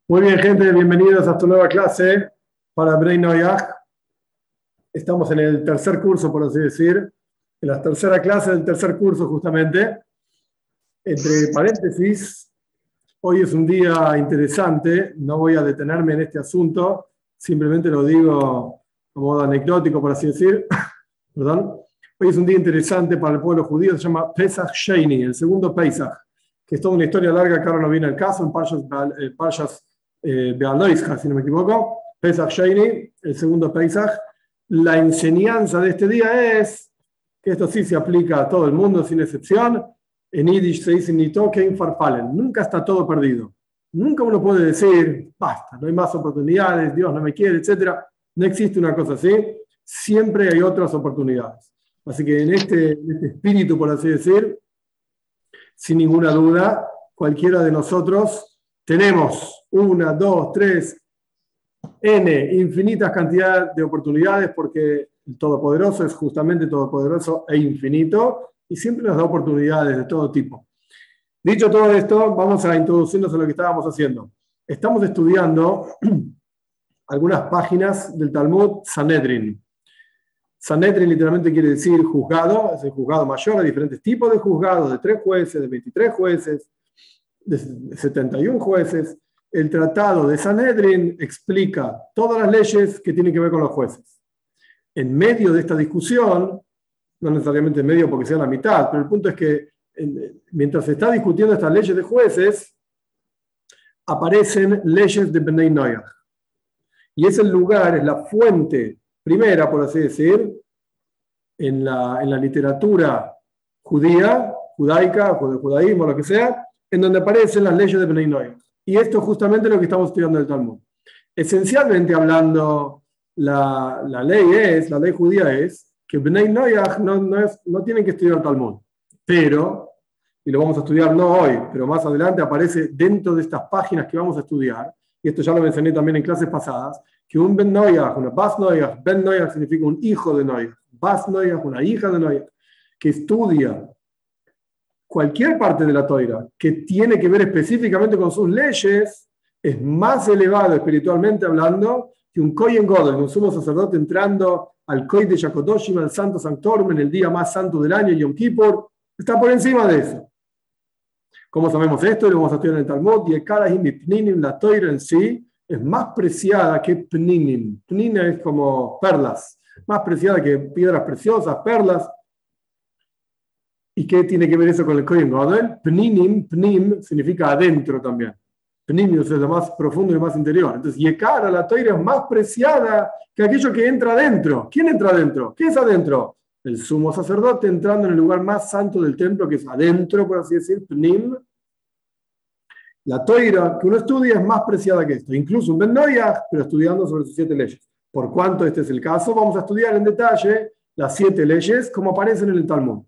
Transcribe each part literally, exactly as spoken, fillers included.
Muy bien, gente, bienvenidos a esta nueva clase para Bnei Noyaj. Estamos en el tercer curso, por así decir, en la tercera clase del tercer curso, justamente. Entre paréntesis, hoy es un día interesante, no voy a detenerme en este asunto, simplemente lo digo a modo anecdótico, por así decir. Perdón. Hoy es un día interesante para el pueblo judío, se llama Pesach Sheini, el segundo Pesach, que es toda una historia larga que ahora no viene al caso, en Parshas, eh, Parshas eh, Bealoisha, si no me equivoco. Pesach Sheini, el segundo Pesach. La enseñanza de este día es que esto sí se aplica a todo el mundo, sin excepción. En Yiddish se dice Nito kein farfallen, nunca está todo perdido. Nunca uno puede decir, basta, no hay más oportunidades, Dios no me quiere, etcétera. No existe una cosa así, siempre hay otras oportunidades. Así que en este, en este espíritu, por así decir, sin ninguna duda, cualquiera de nosotros tenemos una, dos, tres, n, infinitas cantidades de oportunidades, porque el Todopoderoso es justamente todopoderoso e infinito y siempre nos da oportunidades de todo tipo. Dicho todo esto, vamos a introducirnos en lo que estábamos haciendo. Estamos estudiando algunas páginas del Talmud Sanedrin. Sanedrin literalmente quiere decir juzgado, es el juzgado mayor, hay diferentes tipos de juzgados, de tres jueces, de veintitrés jueces, de setenta y uno jueces. El tratado de Sanedrin explica todas las leyes que tienen que ver con los jueces. En medio de esta discusión, no necesariamente en medio porque sea la mitad, pero el punto es que en, mientras se está discutiendo estas leyes de jueces, aparecen leyes de Bnei Noyaj. Y es el lugar, es la fuente primera, por así decir, en la, en la literatura judía, judaica, o de judaísmo, lo que sea, en donde aparecen las leyes de Bnei Noyaj. Y esto es justamente lo que estamos estudiando en el Talmud. Esencialmente hablando, la, la ley es, la ley judía es, que Bnei Noyaj no, no, es, no tienen que estudiar el Talmud. Pero, y lo vamos a estudiar no hoy, pero más adelante aparece dentro de estas páginas que vamos a estudiar, y esto ya lo mencioné también en clases pasadas, que un Ben Noyaj, una Bas Noyaj, Ben Noyaj significa un hijo de Noyaj, Bas Noyaj, una hija de Noyaj, que estudia cualquier parte de la Toira que tiene que ver específicamente con sus leyes, es más elevado espiritualmente hablando que un Kohen Gadol, un sumo sacerdote entrando al Kodesh HaKodoshim, al Santo Sanctorum, en el día más santo del año, Yom Kippur, está por encima de eso. ¿Cómo sabemos esto? Y lo vamos a estudiar en el Talmud. Y el Karahim y Pninim, la Toira en sí, es más preciada que Pninim. Pninim es como perlas, más preciada que piedras preciosas, perlas. ¿Y qué tiene que ver eso con el Kohen Gadol? Pninim, Pnim, significa adentro también. Pnimius es lo más profundo y más interior. Entonces, Yekara, la Toira, es más preciada que aquello que entra adentro. ¿Quién entra adentro? ¿Qué es adentro? El sumo sacerdote entrando en el lugar más santo del templo, que es adentro, por así decir, Pnim. La Toira que uno estudia es más preciada que esto. Incluso un Ben Noyaj, pero estudiando sobre sus siete leyes. Por cuanto este es el caso, vamos a estudiar en detalle las siete leyes como aparecen en el Talmud.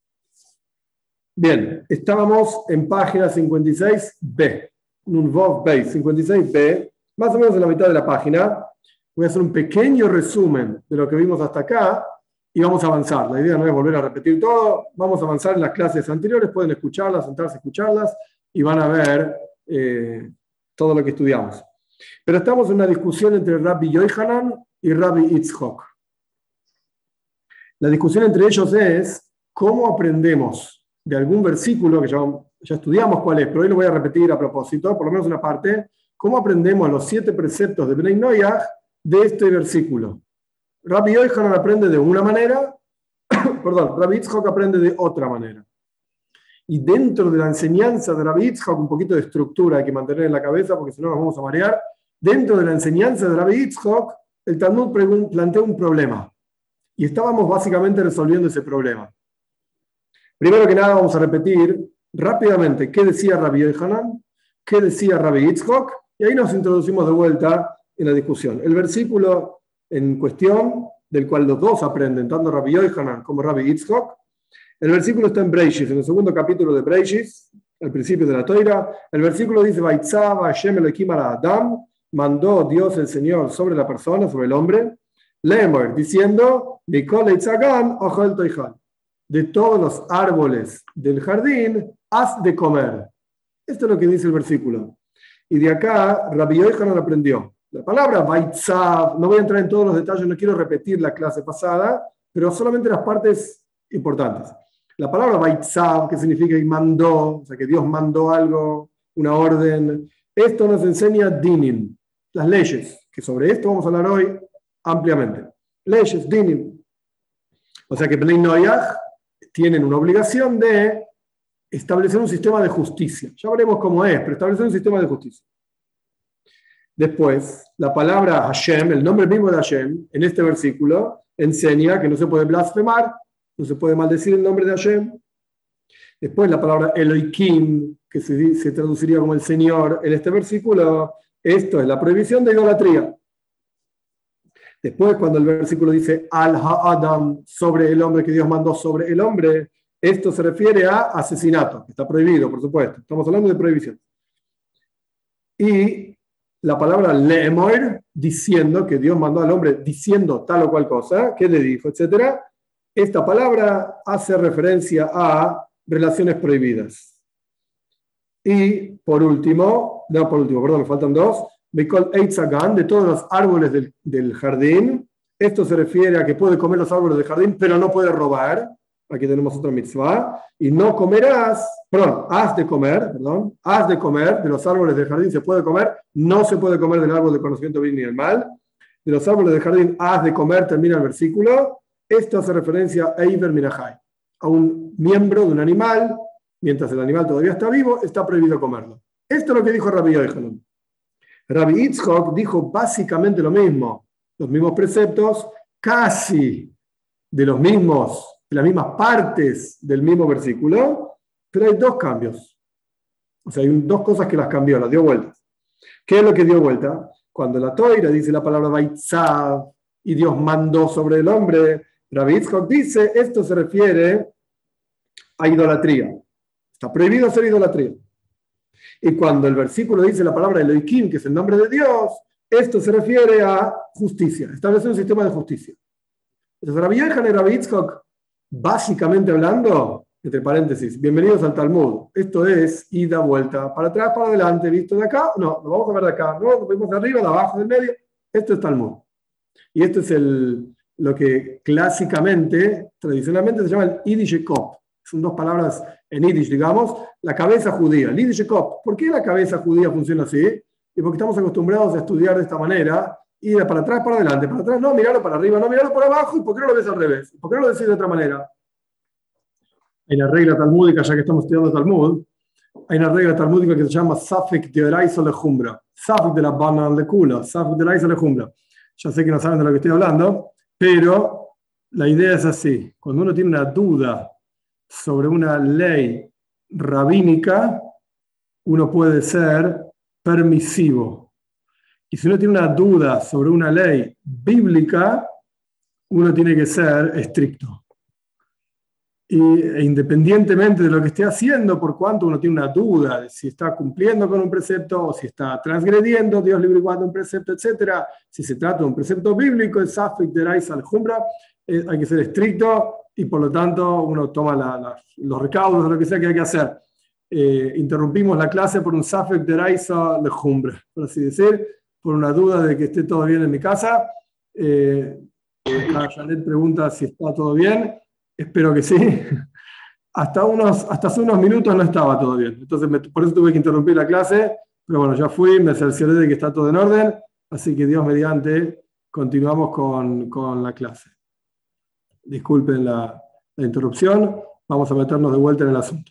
Bien, estábamos en página cincuenta y seis be, Nunvov Beis, cincuenta y seis be, más o menos en la mitad de la página. Voy a hacer un pequeño resumen de lo que vimos hasta acá y vamos a avanzar. La idea no es volver a repetir todo, vamos a avanzar en las clases anteriores, pueden escucharlas, sentarse a escucharlas y van a ver eh, todo lo que estudiamos. Pero estamos en una discusión entre Rabbi Yohanan y Rabbi Yitzchok. La discusión entre ellos es cómo aprendemos de algún versículo, que ya, ya estudiamos cuál es, pero hoy lo voy a repetir a propósito, por lo menos una parte, cómo aprendemos los siete preceptos de Bnei Noyaj de este versículo. Rabbi Yohanan aprende de una manera, perdón, Rabbi Yitzchok aprende de otra manera. Y dentro de la enseñanza de Rabbi Yitzchok, un poquito de estructura hay que mantener en la cabeza porque si no nos vamos a marear, dentro de la enseñanza de Rabbi Yitzchok, el Talmud plantea un problema. Y estábamos básicamente resolviendo ese problema. Primero que nada vamos a repetir rápidamente qué decía Rabbi Yohanan, qué decía Rabbi Yitzchok, y ahí nos introducimos de vuelta en la discusión. El versículo en cuestión, del cual los dos aprenden, tanto Rabbi Yohanan como Rabbi Yitzchok, el versículo está en Breishis, en el segundo capítulo de Breishis, al principio de la Toira. El versículo dice, Vaitzava Hashem Elohim ala Adam, mandó Dios el Señor sobre la persona, sobre el hombre, Lemor, diciendo, Mikol Eitzagan Ochel Toichal. De todos los árboles del jardín, haz de comer. Esto es lo que dice el versículo. Y de acá Rabbi Yochanan aprendió. La palabra Vaitzav, no voy a entrar en todos los detalles, no quiero repetir la clase pasada, pero solamente las partes importantes. La palabra Vaitzav, que significa que mandó, o sea, que Dios mandó algo, una orden, esto nos enseña Dinim, las leyes, que sobre esto vamos a hablar hoy ampliamente. Leyes, Dinim. O sea que Bnei Noach tienen una obligación de establecer un sistema de justicia. Ya veremos cómo es, pero establecer un sistema de justicia. Después, la palabra Hashem, el nombre mismo de Hashem, en este versículo, enseña que no se puede blasfemar, no se puede maldecir el nombre de Hashem. Después, la palabra Elohim, que se, se traduciría como el Señor, en este versículo, esto es la prohibición de idolatría. Después, cuando el versículo dice Al Ha-Adam, sobre el hombre, que Dios mandó sobre el hombre, esto se refiere a asesinato, que está prohibido, por supuesto. Estamos hablando de prohibición. Y la palabra le'emor, diciendo, que Dios mandó al hombre diciendo tal o cual cosa, que le dijo, etcétera. Esta palabra hace referencia a relaciones prohibidas. Y por último, no, por último, perdón, me faltan dos, Beikol Eitzagan, de todos los árboles del, del jardín. Esto se refiere a que puede comer los árboles del jardín, pero no puede robar. Aquí tenemos otra mitzvah. Y no comerás, perdón, has de comer, perdón, has de comer de los árboles del jardín, se puede comer, no se puede comer del árbol del conocimiento del bien y del mal. De los árboles del jardín has de comer, termina el versículo. Esto hace referencia a Eiver Minahai, a un miembro de un animal, mientras el animal todavía está vivo, está prohibido comerlo. Esto es lo que dijo Rabbi Yochanan. Rabbi Yitzchok dijo básicamente lo mismo, los mismos preceptos, casi de los mismos las mismas partes del mismo versículo, pero hay dos cambios. O sea, hay dos cosas que las cambió, las dio vueltas. ¿Qué es lo que dio vuelta? Cuando la Toira dice la palabra Vaitzav y Dios mandó sobre el hombre, Rabbi Yitzchok dice, esto se refiere a idolatría. Está prohibido hacer idolatría. Y cuando el versículo dice la palabra Elohim, que es el nombre de Dios, esto se refiere a justicia, establecer un sistema de justicia. Entonces, Rabbi Yochanan y Rabbi Yitzchok, básicamente hablando, entre paréntesis, bienvenidos al Talmud. Esto es ida, vuelta, para atrás, para adelante, visto de acá. No, lo vamos a ver de acá. No, lo vemos de arriba, de abajo, del medio. Esto es Talmud. Y esto es el, lo que clásicamente, tradicionalmente se llama el Yiddish Kop. Son dos palabras en Yiddish, digamos, la cabeza judía. El Yiddish Kop. ¿Por qué la cabeza judía funciona así? Y porque estamos acostumbrados a estudiar de esta manera. Ir para atrás, para adelante, para atrás, no, mirarlo para arriba, no, mirarlo por abajo, ¿y por qué no lo ves al revés? ¿Por qué no lo decís de otra manera? Hay una regla talmúdica, ya que estamos estudiando Talmud, hay una regla talmúdica que se llama Safek de Oraisa Lejumbra, Safek de la Banan de Kula, Safek de Oraisa Lejumbra. Ya sé que no saben de lo que estoy hablando, pero la idea es así: cuando uno tiene una duda sobre una ley rabínica, uno puede ser permisivo. Y si uno tiene una duda sobre una ley bíblica, uno tiene que ser estricto. Y, e independientemente de lo que esté haciendo, por cuanto uno tiene una duda de si está cumpliendo con un precepto o si está transgrediendo, Dios libre y guarda un precepto, etcétera, si se trata de un precepto bíblico, el Safek de Raíz al Jumbra, eh, hay que ser estricto y por lo tanto uno toma la, la, los recaudos, lo que sea que hay que hacer. Eh, interrumpimos la clase por un Safek de Raíz al Jumbra, por así decir, por una duda de que esté todo bien en mi casa. Eh, Janet pregunta si está todo bien. Espero que sí. Hasta, unos, hasta hace unos minutos no estaba todo bien. Entonces, me, por eso tuve que interrumpir la clase. Pero bueno, ya fui, me cercioré de que está todo en orden. Así que Dios mediante, continuamos con, con la clase. Disculpen la, la interrupción. Vamos a meternos de vuelta en el asunto.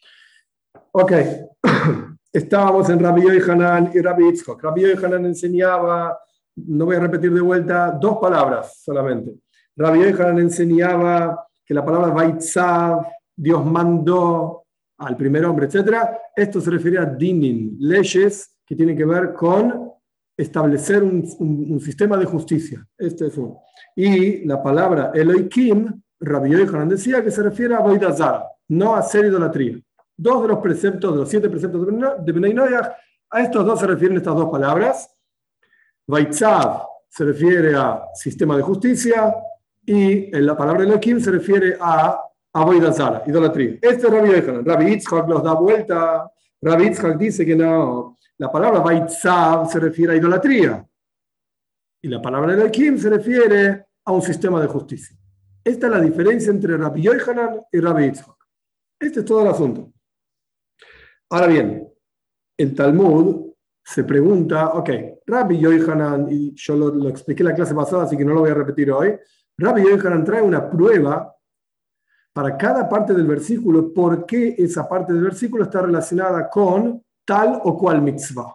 Ok. Estábamos en Rabbi Yochanan y Rabbi Yitzchok. Rabbi Yochanan enseñaba, no voy a repetir de vuelta, dos palabras solamente. Rabbi Yochanan enseñaba que la palabra Vaitzav, Dios mandó al primer hombre, etcétera. Esto se refiere a dinim, leyes que tienen que ver con establecer un, un, un sistema de justicia. Este es uno. Y la palabra Elohim, Rabbi Yochanan decía que se refiere a Avodah Zarah, no a hacer idolatría. Dos de los preceptos, de los siete preceptos de Bnei Noach, a estos dos se refieren estas dos palabras. Vaitzav se refiere a sistema de justicia y en la palabra Elohim se refiere a Avodah Zarah, idolatría. Este es Rabbi Yochanan. Rabbi Yitzchak los da vuelta. Rabbi Yitzchak dice que no, la palabra Vaitzav se refiere a idolatría y la palabra Elohim se refiere a un sistema de justicia. Esta es la diferencia entre Rabbi Yochanan y Rabbi Yitzchak. Este es todo el asunto. Ahora bien, el Talmud se pregunta, ok, Rabbi Yochanan, y yo lo, lo expliqué en la clase pasada, así que no lo voy a repetir hoy, Rabbi Yochanan trae una prueba para cada parte del versículo, por qué esa parte del versículo está relacionada con tal o cual mitzvah.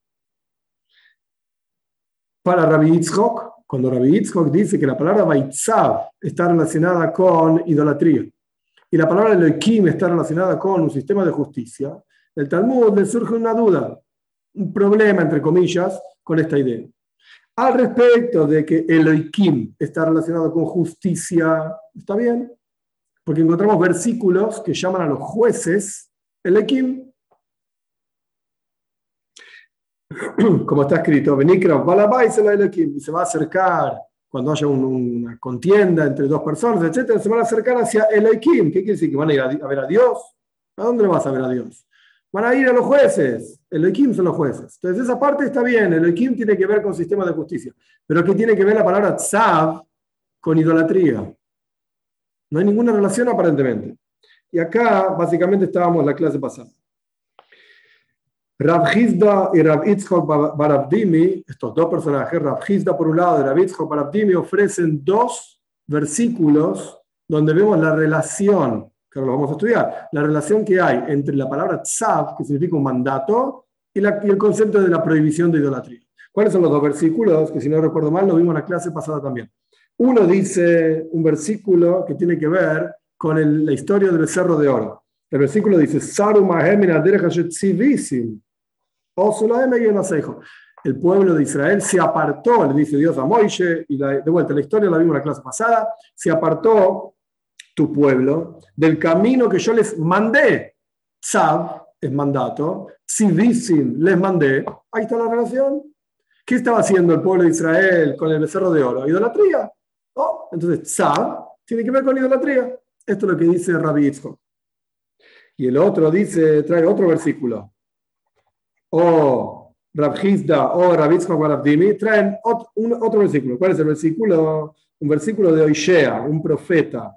Para Rabbi Yitzchak, cuando Rabbi Yitzchak dice que la palabra Vaitzav está relacionada con idolatría y la palabra Elohim está relacionada con un sistema de justicia, el Talmud le surge una duda, un problema, entre comillas, con esta idea. Al respecto de que Elohim está relacionado con justicia, ¿está bien? Porque encontramos versículos que llaman a los jueces Elohim. Como está escrito, Benikra Balabais Elohim, y se va a acercar cuando haya un, una contienda entre dos personas, etcétera, se van a acercar hacia Elohim. ¿Qué quiere decir? ¿Que van a ir a, a ver a Dios? ¿A dónde le vas a ver a Dios? Van a ir a los jueces. Elohim son los jueces. Entonces esa parte está bien. Elohim tiene que ver con sistema de justicia. Pero ¿qué tiene que ver la palabra tzav con idolatría? No hay ninguna relación aparentemente. Y acá básicamente estábamos en la clase pasada. Rav Hizda y Rav Yitzchak bar Abdimi, estos dos personajes, Rav Hizda por un lado y Rav Yitzchak bar Abdimi, ofrecen dos versículos donde vemos la relación, que ahora lo vamos a estudiar, la relación que hay entre la palabra tzav, que significa un mandato, y, la, y el concepto de la prohibición de idolatría. ¿Cuáles son los dos versículos? Que si no recuerdo mal, lo vimos en la clase pasada también. Uno dice un versículo que tiene que ver con el, la historia del becerro de oro. El versículo dice, Saru mahem min haderech asher tzivisim. El pueblo de Israel se apartó, le dice Dios a Moisés, y la, de vuelta, la historia la vimos en la clase pasada, se apartó tu pueblo del camino que yo les mandé. Tzav es mandato, tzivisim les mandé. Ahí está la relación. ¿Qué estaba haciendo el pueblo de Israel con el becerro de oro? Idolatría. Oh, entonces, tzav tiene que ver con idolatría. Esto es lo que dice Rabbi Yitzchak. Y el otro dice, trae otro versículo. O Rav Hizda o Rav Yitzchak bar Abdimi traen otro, un, otro versículo. ¿Cuál es el versículo? Un versículo de Oishea, un profeta.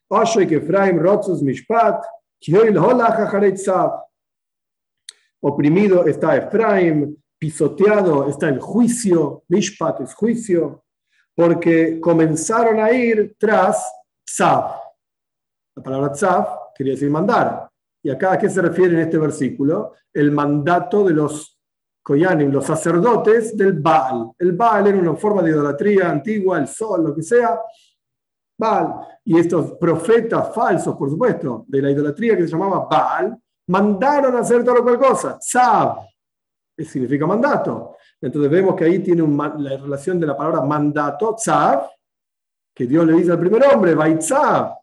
Oprimido está Efraim, pisoteado está el juicio, Mishpat es juicio, porque comenzaron a ir tras Tzav. La palabra Tzav quería decir mandar. ¿Y acá a qué se refiere en este versículo? El mandato de los Koyanim, los sacerdotes del Baal. El Baal era una forma de idolatría antigua, el sol, lo que sea. Baal. Y estos profetas falsos, por supuesto, de la idolatría que se llamaba Baal, mandaron a hacer tal o cual cosa. Tzav, que significa mandato. Entonces vemos que ahí tiene un, la relación de la palabra mandato, Tzav, que Dios le dice al primer hombre, Vaitzav.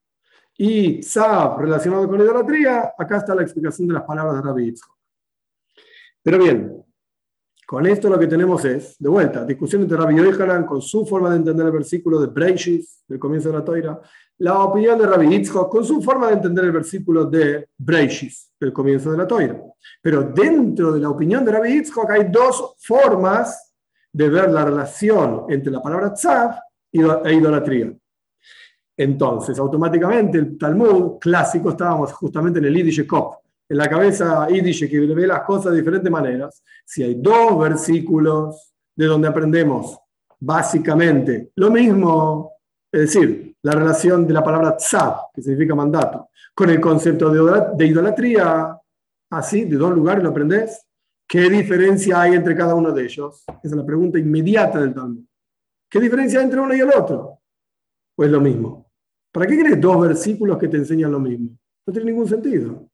Y Tzav relacionado con la idolatría, acá está la explicación de las palabras de Rabbi Yitzchak. Pero bien, con esto lo que tenemos es, de vuelta, discusión entre Rabbi Yochanan con su forma de entender el versículo de Breishis, del comienzo de la Toira, la opinión de Rabbi Yitzchak con su forma de entender el versículo de Breishis, del comienzo de la Toira. Pero dentro de la opinión de Rabbi Yitzchak hay dos formas de ver la relación entre la palabra Tzav e idolatría. Entonces, automáticamente el Talmud clásico, estábamos justamente en el Yiddish Kop, en la cabeza Yiddish que ve las cosas de diferentes maneras. Si hay dos versículos de donde aprendemos básicamente lo mismo, es decir, la relación de la palabra tzav, que significa mandato, con el concepto de idolatría, así, de dos lugares lo aprendés, ¿qué diferencia hay entre cada uno de ellos? Esa es la pregunta inmediata del Talmud. ¿Qué diferencia hay entre uno y el otro? Pues lo mismo. ¿Para qué querés dos versículos que te enseñan lo mismo? No tiene ningún sentido.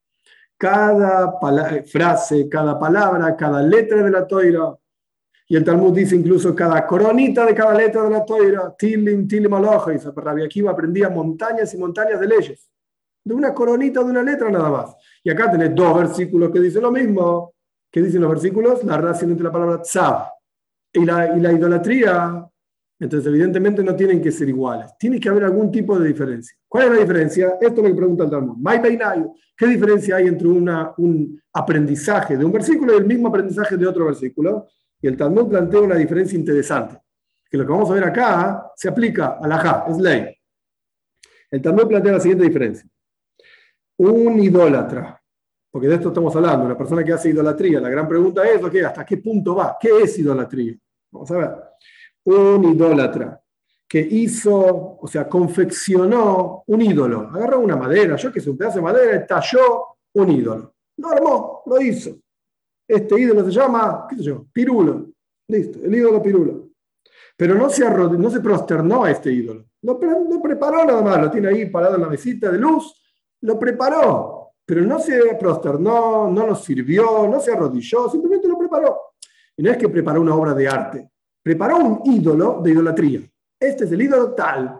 Cada frase, cada palabra, cada letra de la Toira, y el Talmud dice incluso cada coronita de cada letra de la Toira, Tilim, Tilim Aloha, y Rabbi Akiva aprendía montañas y montañas de leyes, de una coronita de una letra nada más. Y acá tenés dos versículos que dicen lo mismo. ¿Qué dicen los versículos? La relación entre la palabra tzav y la, y la idolatría. Entonces, evidentemente no tienen que ser iguales. Tiene que haber algún tipo de diferencia. ¿Cuál es la diferencia? Esto es lo que pregunta el Talmud. ¿Qué diferencia hay entre una, un aprendizaje de un versículo y el mismo aprendizaje de otro versículo? Y el Talmud plantea una diferencia interesante, que lo que vamos a ver acá se aplica a la Ajá, es ley. El Talmud plantea la siguiente diferencia. Un idólatra, porque de esto estamos hablando, una persona que hace idolatría. La gran pregunta es, okay, ¿hasta qué punto va? ¿Qué es idolatría? Vamos a ver. Un idólatra que hizo, o sea, confeccionó un ídolo. Agarró una madera, yo que sé, un pedazo de madera, y talló un ídolo. Lo armó, lo hizo. Este ídolo se llama, ¿qué sé yo? Pirulo. Listo, el ídolo Pirulo. Pero no se, arrod- no se prosternó a este ídolo. Lo, pre- lo preparó nada más, lo tiene ahí parado en la mesita de luz, lo preparó. Pero no se prosternó, no lo sirvió, no se arrodilló, simplemente lo preparó. Y no es que preparó una obra de arte. Preparó un ídolo de idolatría. Este es el ídolo tal.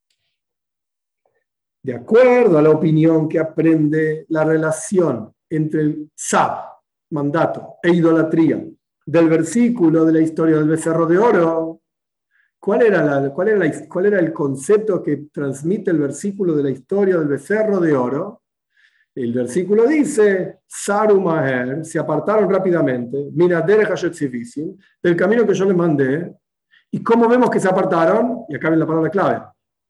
De acuerdo a la opinión que aprende la relación entre el tzab, mandato, e idolatría, del versículo de la historia del becerro de oro, ¿cuál era, la, cuál, era la, ¿cuál era el concepto que transmite el versículo de la historia del becerro de oro? El versículo dice, Saru Maher, se apartaron rápidamente, Minader Hashetzivisim, del camino que yo les mandé. ¿Y cómo vemos que se apartaron? Y acá viene la palabra clave.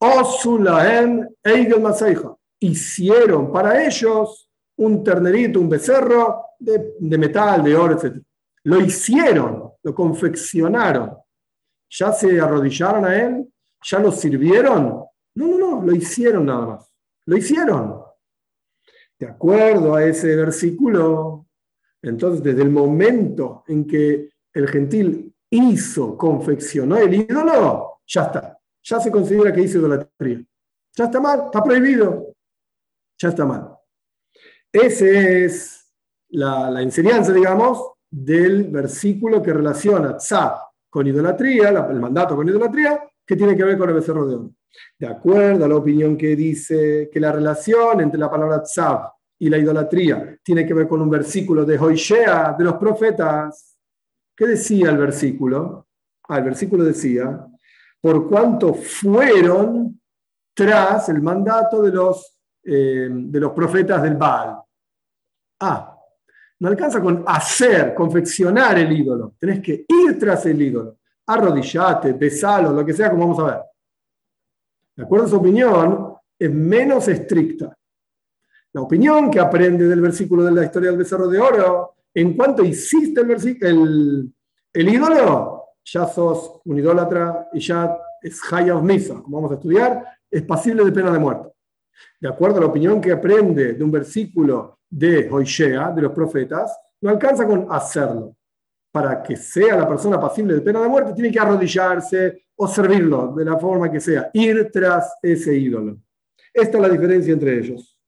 Osulahem Eigel Maseija. Hicieron para ellos un ternerito, un becerro de, de metal, de oro, etcétera. Lo hicieron, lo confeccionaron. ¿Ya se arrodillaron a él? ¿Ya lo sirvieron? No, no, no, lo hicieron nada más. Lo hicieron. De acuerdo a ese versículo, entonces desde el momento en que el gentil hizo, confeccionó el ídolo, ya está. Ya se considera que hizo idolatría. Ya está mal, está prohibido. Ya está mal. Esa es la, la enseñanza, digamos, del versículo que relaciona tzad con idolatría, la, el mandato con idolatría, que tiene que ver con el becerro de oro. De acuerdo a la opinión que dice que la relación entre la palabra tzad y la idolatría tiene que ver con un versículo de Hoshea, de los profetas. ¿Qué decía el versículo? Ah, el versículo decía, por cuanto fueron tras el mandato de los, eh, de los profetas del Baal. Ah, no alcanza con hacer, confeccionar el ídolo. Tenés que ir tras el ídolo. Arrodillate, besalo, lo que sea, como vamos a ver. De acuerdo a su opinión, es menos estricta. La opinión que aprende del versículo de la historia del becerro de oro, en cuanto hiciste el, el, el ídolo, ya sos un idólatra y ya es Hayav Misa, como vamos a estudiar, es pasible de pena de muerte. De acuerdo a la opinión que aprende de un versículo de Hoshea, de los profetas, no alcanza con hacerlo. Para que sea la persona pasible de pena de muerte, tiene que arrodillarse o servirlo de la forma que sea, ir tras ese ídolo. Esta es la diferencia entre ellos.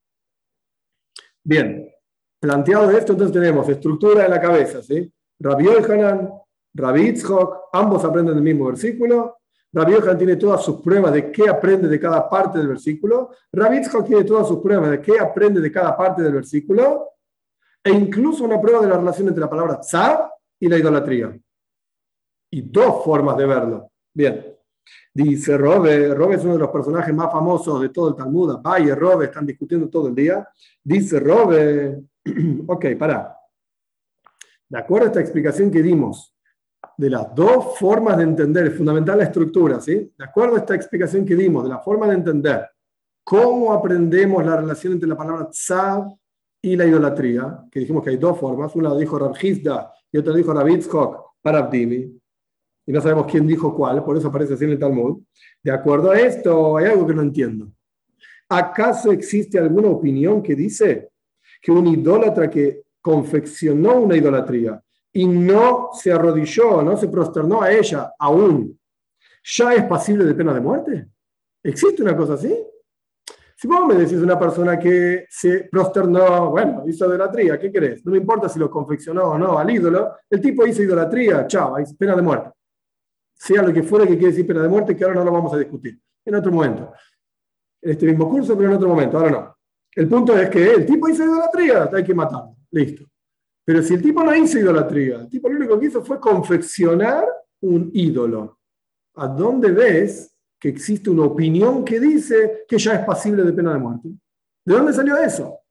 Bien, planteado esto, entonces tenemos estructura en la cabeza, ¿sí? Rabbi Yohanan, Rabbi Yitzchok, ambos aprenden el mismo versículo. Rabbi Yohanan tiene todas sus pruebas de qué aprende de cada parte del versículo. Rabbi Yitzchok tiene todas sus pruebas de qué aprende de cada parte del versículo. E incluso una prueba de la relación entre la palabra tzad y la idolatría. Y dos formas de verlo. Bien. Dice Robe, Robe es uno de los personajes más famosos de todo el Talmud. Abaye, Robe, están discutiendo todo el día. Dice Robe, ok, pará. De acuerdo a esta explicación que dimos, de las dos formas de entender, es fundamental la estructura, ¿sí? De acuerdo a esta explicación que dimos, de la forma de entender cómo aprendemos la relación entre la palabra tzad y la idolatría, que dijimos que hay dos formas, una lo dijo Rav Hizda y otra lo dijo Rav Yitzchok para Abdimi, y no sabemos quién dijo cuál, por eso aparece así en el Talmud. De acuerdo a esto, hay algo que no entiendo. ¿Acaso existe alguna opinión que dice que un idólatra que confeccionó una idolatría y no se arrodilló, no se prosternó a ella aún, ya es pasible de pena de muerte? ¿Existe una cosa así? Si vos me decís una persona que se prosternó, bueno, hizo idolatría, ¿qué querés? No me importa si lo confeccionó o no al ídolo, el tipo hizo idolatría, chao, hay pena de muerte. Sea lo que fuera que quiere decir pena de muerte, que ahora no lo vamos a discutir, en otro momento. En este mismo curso, pero en otro momento, ahora no. El punto es que el tipo hizo idolatría, hay que matarlo, listo. Pero si el tipo no hizo idolatría, el tipo lo único que hizo fue confeccionar un ídolo. ¿A dónde ves que existe una opinión que dice que ya es pasible de pena de muerte? ¿De dónde salió eso?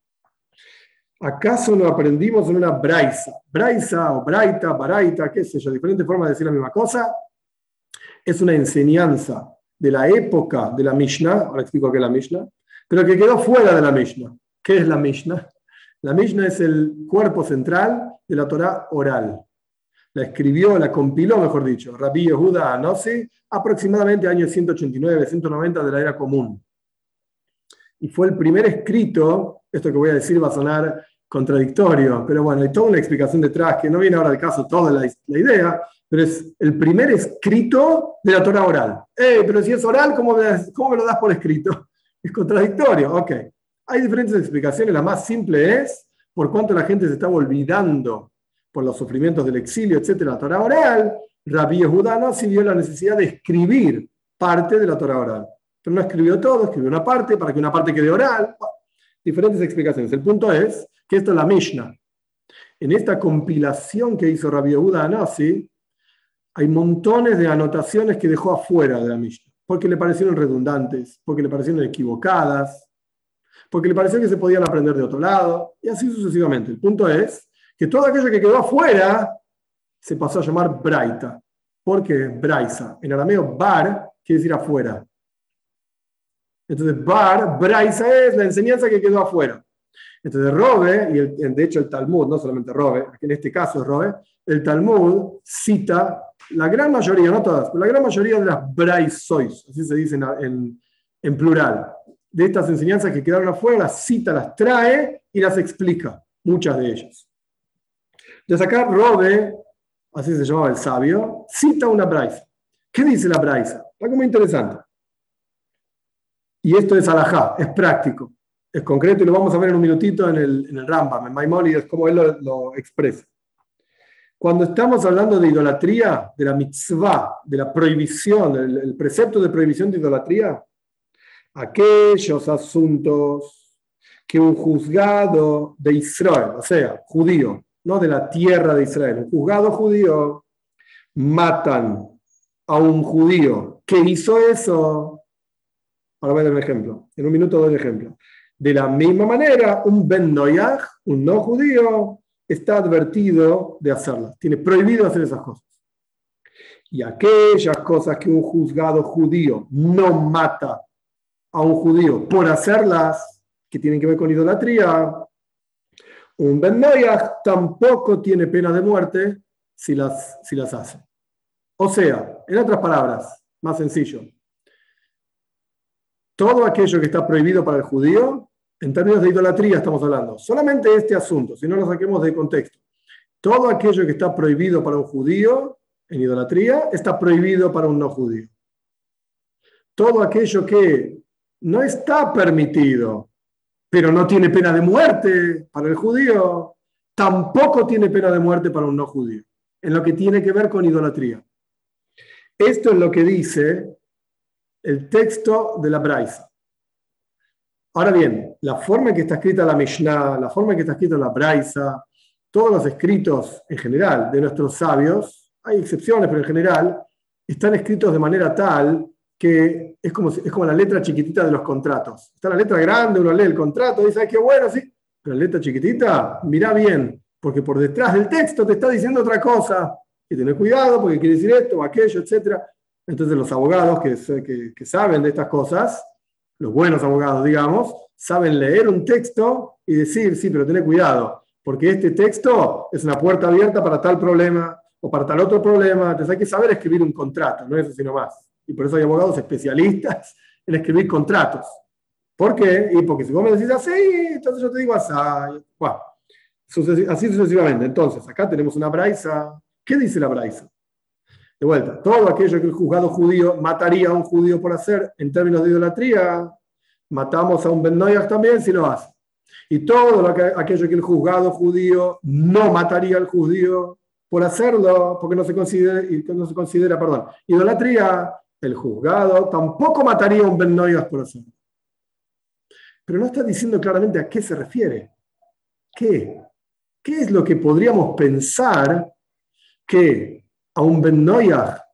¿Acaso lo aprendimos en una braisa? Braisa o braita, baraita, qué sé yo, diferentes formas de decir la misma cosa. Es una enseñanza de la época de la Mishnah, ahora explico qué es la Mishnah, pero que quedó fuera de la Mishnah. ¿Qué es la Mishnah? La Mishnah es el cuerpo central de la Torá oral. La escribió, la compiló, mejor dicho, Rabbi Yehuda Anossi, aproximadamente años ciento ochenta y nueve, ciento noventa de la era común. Y fue el primer escrito, esto que voy a decir va a sonar contradictorio, pero bueno, hay toda una explicación detrás que no viene ahora al caso toda la, la idea, pero es el primer escrito de la Torá oral. Eh, pero si es oral, ¿cómo me, ¿cómo me lo das por escrito? Es contradictorio, ok. Hay diferentes explicaciones, la más simple es por cuánto la gente se estaba olvidando por los sufrimientos del exilio, etcétera, la Torá oral. Rabbi Yehuda Anossi vio la necesidad de escribir parte de la Torá oral. Pero no escribió todo, escribió una parte para que una parte quede oral. Diferentes explicaciones. El punto es que esto es la Mishnah. En esta compilación que hizo Rabbi Yehuda Anossi, hay montones de anotaciones que dejó afuera de la Mishnah, porque le parecieron redundantes, porque le parecieron equivocadas, porque le pareció que se podían aprender de otro lado, y así sucesivamente. El punto es que todo aquello que quedó afuera se pasó a llamar braita. ¿Por qué? Braisa. En arameo, bar quiere decir afuera. Entonces, bar, braisa es la enseñanza que quedó afuera. Entonces, Robe, y el, de hecho el Talmud, no solamente Robe, en este caso es Robe, el Talmud cita la gran mayoría, no todas, pero la gran mayoría de las braisois, así se dice en, en, en plural, de estas enseñanzas que quedaron afuera, las cita, las trae y las explica, muchas de ellas. Entonces acá Robe, así se llamaba el sabio, cita una braisa. ¿Qué dice la braisa? Algo muy interesante. Y esto es alajá, es práctico, es concreto y lo vamos a ver en un minutito en el, en el Rambam, en Maimónides, cómo él lo, lo expresa. Cuando estamos hablando de idolatría, de la mitzvah, de la prohibición, el, el precepto de prohibición de idolatría, aquellos asuntos que un juzgado de Israel, o sea, judío, no de la tierra de Israel, un juzgado judío, matan a un judío que hizo eso. Ahora voy a dar un ejemplo. En un minuto doy un ejemplo. De la misma manera, un ben noyaj, un no judío, está advertido de hacerlas. Tiene prohibido hacer esas cosas. Y aquellas cosas que un juzgado judío no mata a un judío por hacerlas, que tienen que ver con idolatría, un ben noyaj tampoco tiene pena de muerte si las, si las hace. O sea, en otras palabras, más sencillo, todo aquello que está prohibido para el judío, en términos de idolatría estamos hablando, solamente este asunto, si no lo saquemos de contexto, todo aquello que está prohibido para un judío en idolatría está prohibido para un no judío. Todo aquello que no está permitido, pero no tiene pena de muerte para el judío, tampoco tiene pena de muerte para un no judío, en lo que tiene que ver con idolatría. Esto es lo que dice el texto de la Braisa. Ahora bien, la forma en que está escrita la Mishnah, la forma en que está escrita la Braisa, todos los escritos en general de nuestros sabios, hay excepciones, pero en general están escritos de manera tal que es como, es como la letra chiquitita de los contratos. Está la letra grande, uno lee el contrato y dice, ¡ay, qué bueno! Sí, pero la letra chiquitita, mirá bien, porque por detrás del texto te está diciendo otra cosa. Y tener cuidado porque quiere decir esto o aquello, etcétera. Entonces los abogados que, que, que saben de estas cosas, los buenos abogados, digamos, saben leer un texto y decir, sí, pero tené cuidado, porque este texto es una puerta abierta para tal problema o para tal otro problema. Entonces hay que saber escribir un contrato, no es eso sino más. Y por eso hay abogados especialistas en escribir contratos. ¿Por qué? Y porque si vos me decís así, entonces yo te digo así. Bueno, así sucesivamente. Entonces, acá tenemos una braisa. ¿Qué dice la braisa? De vuelta, todo aquello que el juzgado judío mataría a un judío por hacer en términos de idolatría, matamos a un ben noyaj también si lo hace. Y todo lo que, aquello que el juzgado judío no mataría al judío por hacerlo, porque no se considera, no se considera perdón, idolatría, el juzgado tampoco mataría a un ben noyaj por hacerlo. Pero no está diciendo claramente a qué se refiere. ¿Qué? ¿Qué es lo que podríamos pensar que a un ben noyaj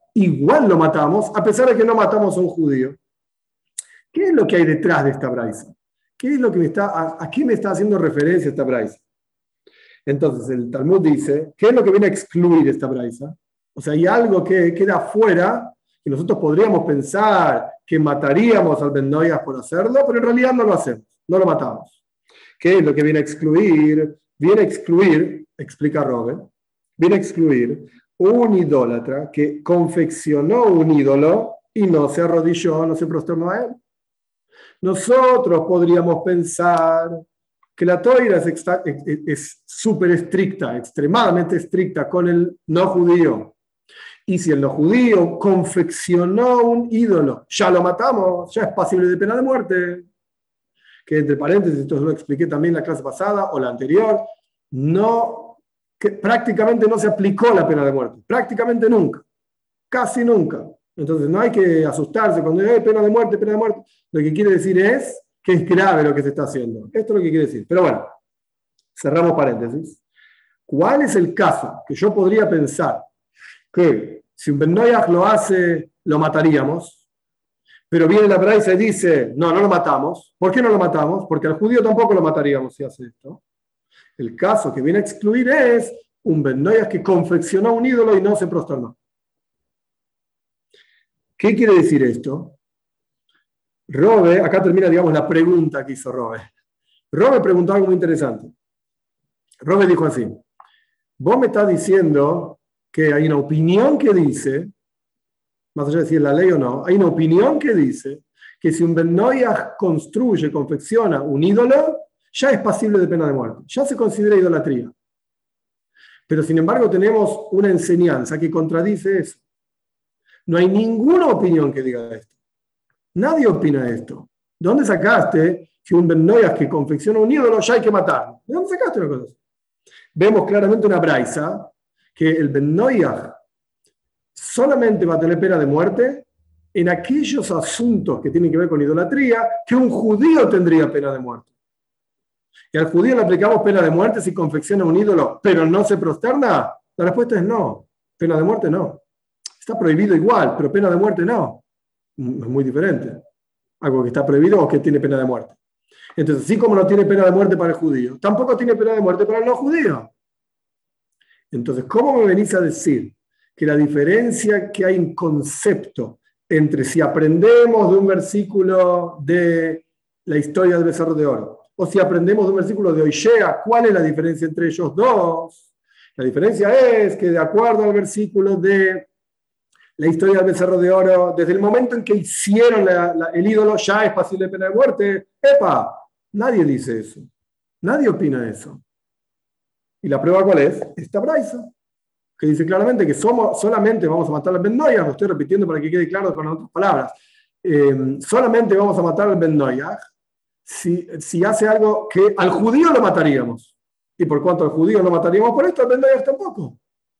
igual lo matamos, a pesar de que no matamos a un judío. ¿Qué es lo que hay detrás de esta braisa? ¿Qué es lo que me está, a, a qué me está haciendo referencia esta braisa? Entonces el Talmud dice, ¿qué es lo que viene a excluir esta braisa? O sea, hay algo que queda afuera, que nosotros podríamos pensar que mataríamos al Ben Noyaj por hacerlo, pero en realidad no lo hacemos, no lo matamos. ¿Qué es lo que viene a excluir? Viene a excluir, explica Robert, viene a excluir un idólatra que confeccionó un ídolo y no se arrodilló, no se prosternó a él. Nosotros podríamos pensar que la Toira es súper estricta, extremadamente estricta con el no judío. Y si el no judío confeccionó un ídolo, ya lo matamos, ya es pasible de pena de muerte. Que entre paréntesis, esto lo expliqué también en la clase pasada o la anterior, no, que prácticamente no se aplicó la pena de muerte, prácticamente nunca, casi nunca. Entonces no hay que asustarse cuando hay pena de muerte, pena de muerte. Lo que quiere decir es que es grave lo que se está haciendo. Esto es lo que quiere decir. Pero bueno, cerramos paréntesis. ¿Cuál es el caso que yo podría pensar que si un Ben Noyaj lo hace, lo mataríamos? Pero viene la braisa y dice, no, no lo matamos. ¿Por qué no lo matamos? Porque al judío tampoco lo mataríamos si hace esto. El caso que viene a excluir es un Ben Noyaj que confeccionó un ídolo y no se prosternó. ¿Qué quiere decir esto? Robe, acá termina, digamos, la pregunta que hizo Robe. Robe preguntó algo muy interesante. Robe dijo así, vos me estás diciendo que hay una opinión que dice, más allá de si es la ley o no, hay una opinión que dice que si un Ben Noyaj construye, confecciona un ídolo, ya es pasible de pena de muerte, ya se considera idolatría. Pero sin embargo tenemos una enseñanza que contradice eso. No hay ninguna opinión que diga esto. Nadie opina esto. ¿De dónde sacaste que un Ben Noyaj que confecciona un ídolo ya hay que matarlo? ¿De dónde sacaste una cosa así? Vemos claramente una braisa que el Ben Noyaj solamente va a tener pena de muerte en aquellos asuntos que tienen que ver con idolatría que un judío tendría pena de muerte. Y al judío le aplicamos pena de muerte si confecciona un ídolo, pero no se prosterna. La respuesta es no. Pena de muerte no. Está prohibido igual, pero pena de muerte no. Es muy diferente. Algo que está prohibido o que tiene pena de muerte. Entonces, así como no tiene pena de muerte para el judío, tampoco tiene pena de muerte para el no judío. Entonces, ¿cómo me venís a decir que la diferencia que hay en concepto entre si aprendemos de un versículo de la historia del becerro de oro o si aprendemos de un versículo de Oishea, cuál es la diferencia entre ellos dos? La diferencia es que de acuerdo al versículo de la historia del becerro de oro, desde el momento en que hicieron la, la, el ídolo ya es pasible de pena de muerte. ¡Epa! Nadie dice eso. Nadie opina eso. ¿Y la prueba cuál es? Esta braisa, que dice claramente que somos, solamente vamos a matar al Ben Noyaj, lo estoy repitiendo para que quede claro con otras palabras, eh, solamente vamos a matar al Ben Noyaj si, si hace algo que al judío lo mataríamos. Y por cuanto al judío lo mataríamos por esto, al Ben Noyaj tampoco.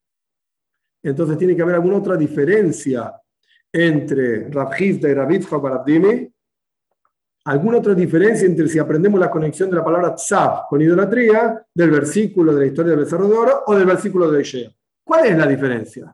Entonces tiene que haber alguna otra diferencia entre Rav Hizda y Rav Yitzchak bar Abdimi, alguna otra diferencia entre si aprendemos la conexión de la palabra tzav con idolatría del versículo de la historia del becerro de oro o del versículo de Oishea. ¿Cuál es la diferencia?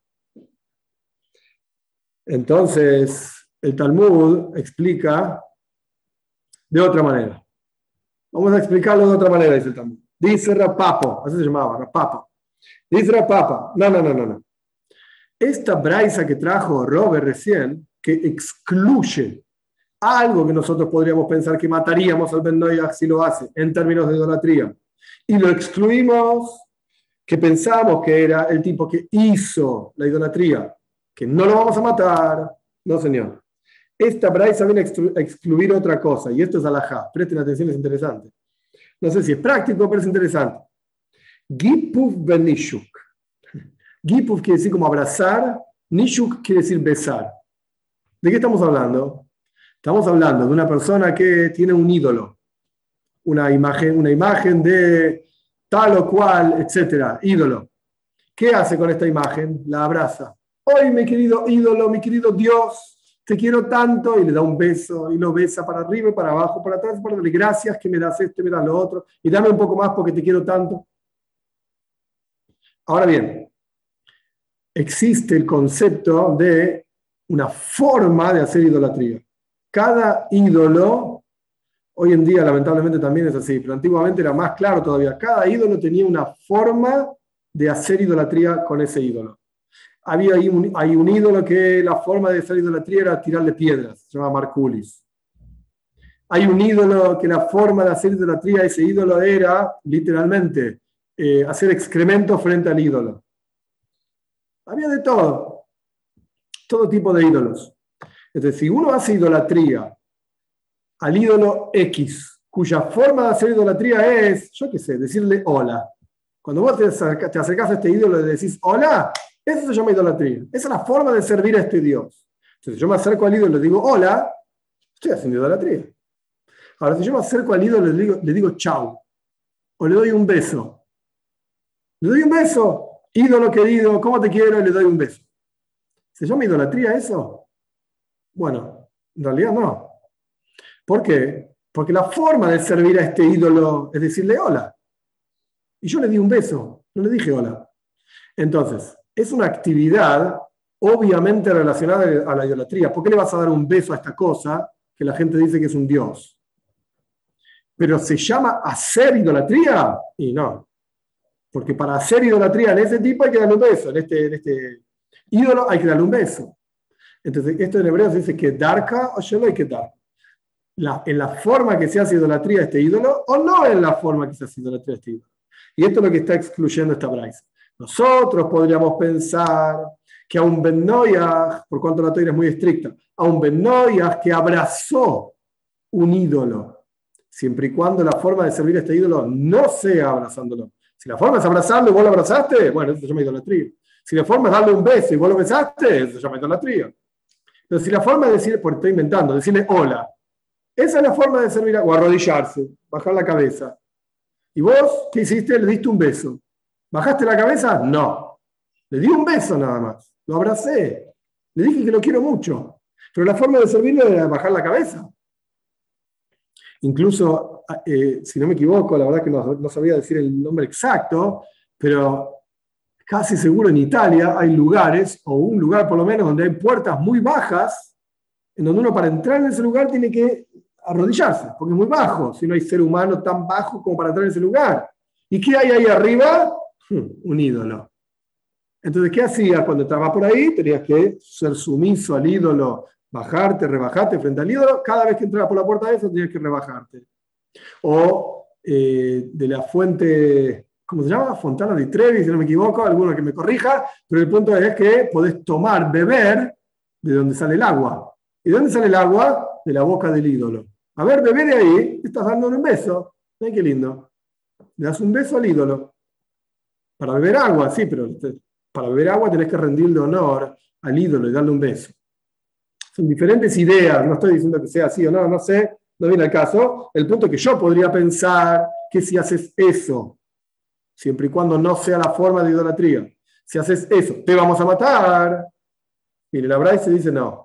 Entonces el Talmud explica de otra manera. Vamos a explicarlo de otra manera, dice el Talmud. Dice Rav Papa, así se llamaba, Rav Papa. Dice Rav Papa, no, no, no, no, no. Esta braisa que trajo Robert recién, que excluye algo que nosotros podríamos pensar que mataríamos al Ben Noyaj si lo hace, en términos de idolatría, y lo excluimos, que pensamos que era el tipo que hizo la idolatría, que no lo vamos a matar. No, señor. Esta braisa viene a excluir otra cosa, y esto es alajá. Presten atención, es interesante. No sé si es práctico, pero es interesante. Gipuf ben nishuk. Gipuf quiere decir como abrazar, nishuk quiere decir besar. ¿De qué estamos hablando? Estamos hablando de una persona que tiene un ídolo, una imagen, una imagen de tal o cual, etcétera, ídolo. ¿Qué hace con esta imagen? La abraza. Hoy, mi querido ídolo, mi querido Dios, te quiero tanto, y le da un beso, y lo besa para arriba, para abajo, para atrás, para darle gracias que me das esto, me das lo otro, y dame un poco más porque te quiero tanto. Ahora bien, existe el concepto de una forma de hacer idolatría. Cada ídolo, hoy en día lamentablemente también es así, pero antiguamente era más claro todavía, cada ídolo tenía una forma de hacer idolatría con ese ídolo. Había ahí un, hay un ídolo que la forma de hacer idolatría era tirarle piedras, se llama Marculis. Hay un ídolo que la forma de hacer idolatría, ese ídolo era literalmente eh, hacer excremento frente al ídolo. Había de todo, todo tipo de ídolos. Entonces, si uno hace idolatría al ídolo X, cuya forma de hacer idolatría es, yo qué sé, decirle hola. Cuando vos te acercás, te acercás a este ídolo y le decís hola, eso se llama idolatría. Esa es la forma de servir a este Dios. Entonces, si yo me acerco al ídolo y le digo hola, estoy haciendo idolatría. Ahora, si yo me acerco al ídolo y le digo, le digo chau, o le doy un beso, le doy un beso, ídolo querido, ¿cómo te quiero? Y le doy un beso. ¿Se llama idolatría eso? Bueno, en realidad no. ¿Por qué? Porque la forma de servir a este ídolo es decirle hola. Y yo le di un beso, no le dije hola. Entonces, es una actividad obviamente relacionada a la idolatría. ¿Por qué le vas a dar un beso a esta cosa que la gente dice que es un dios? Pero ¿se llama hacer idolatría? Y no. Porque para hacer idolatría en ese tipo hay que darle un beso. En este, en este ídolo hay que darle un beso. Entonces, esto en hebreo se dice que darka o yo lo hay que dar. La, en la forma que se hace idolatría a este ídolo o no en la forma que se hace idolatría a este ídolo. Y esto es lo que está excluyendo esta braisa. Nosotros podríamos pensar que a un Ben Noyaj, por cuanto la Torá es muy estricta, a un Ben Noyaj que abrazó un ídolo, siempre y cuando la forma de servir a este ídolo no sea abrazándolo. Si la forma es abrazarlo y vos lo abrazaste, bueno, eso se llama idolatría. Si la forma es darle un beso y vos lo besaste, eso se llama idolatría. Pero si la forma es decir, porque estoy inventando, decirle hola, esa es la forma de servir, a, o arrodillarse, bajar la cabeza. ¿Y vos qué hiciste? Le diste un beso. ¿Bajaste la cabeza? No. Le di un beso nada más. Lo abracé. Le dije que lo quiero mucho. Pero la forma de servirle era bajar la cabeza. Incluso, eh, si no me equivoco, la verdad que no, no sabía decir el nombre exacto, pero casi seguro en Italia hay lugares, o un lugar por lo menos, donde hay puertas muy bajas, en donde uno para entrar en ese lugar tiene que arrodillarse, porque es muy bajo, si no hay ser humano tan bajo como para entrar en ese lugar. ¿Y qué hay ahí arriba? Un ídolo. Entonces, ¿qué hacías cuando estabas por ahí? Tenías que ser sumiso al ídolo, bajarte, rebajarte frente al ídolo. Cada vez que entrabas por la puerta de eso, tenías que rebajarte. O eh, de la fuente, ¿cómo se llama? Fontana di Trevi, si no me equivoco, alguno que me corrija, pero el punto es que podés tomar, beber de donde sale el agua. ¿Y de dónde sale el agua? De la boca del ídolo. A ver, bebé de ahí, te estás dando un beso. Ay, qué lindo. Le das un beso al ídolo. Para beber agua, sí, pero para beber agua tenés que rendirle honor al ídolo y darle un beso. Son diferentes ideas, no estoy diciendo que sea así o no, no sé, no viene al caso. El punto es que yo podría pensar que si haces eso, siempre y cuando no sea la forma de idolatría, si haces eso, te vamos a matar. Mire, la Braille se dice no.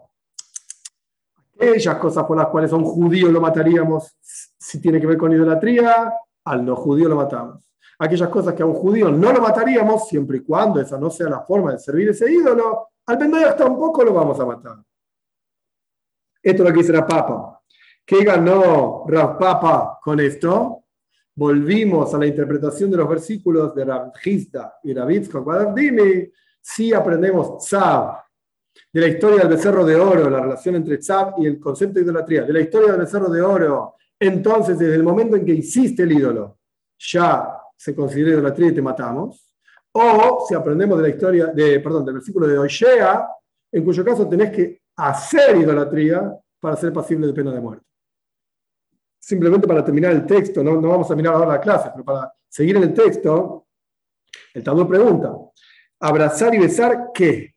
Aquellas cosas por las cuales a un judío lo mataríamos si tiene que ver con idolatría, al no judío lo matamos. Aquellas cosas que a un judío no lo mataríamos, siempre y cuando esa no sea la forma de servir ese ídolo, al Ben Noyaj tampoco lo vamos a matar. Esto es lo que dice Rav Papa. ¿Qué ganó Rav Papa con esto? Volvimos a la interpretación de los versículos de Rav Hizda y Rav Yitzchak Badardimi. Si aprendemos Tzav, de la historia del becerro de oro, la relación entre Tzav y el concepto de idolatría, de la historia del becerro de oro, entonces desde el momento en que hiciste el ídolo, ya se considera idolatría y te matamos. O si aprendemos de la historia, de, perdón, del versículo de Oshea, en cuyo caso tenés que hacer idolatría para ser pasible de pena de muerte. Simplemente para terminar el texto, no, no vamos a mirar ahora la clase, pero para seguir en el texto, el Talmud pregunta, ¿abrazar y besar qué?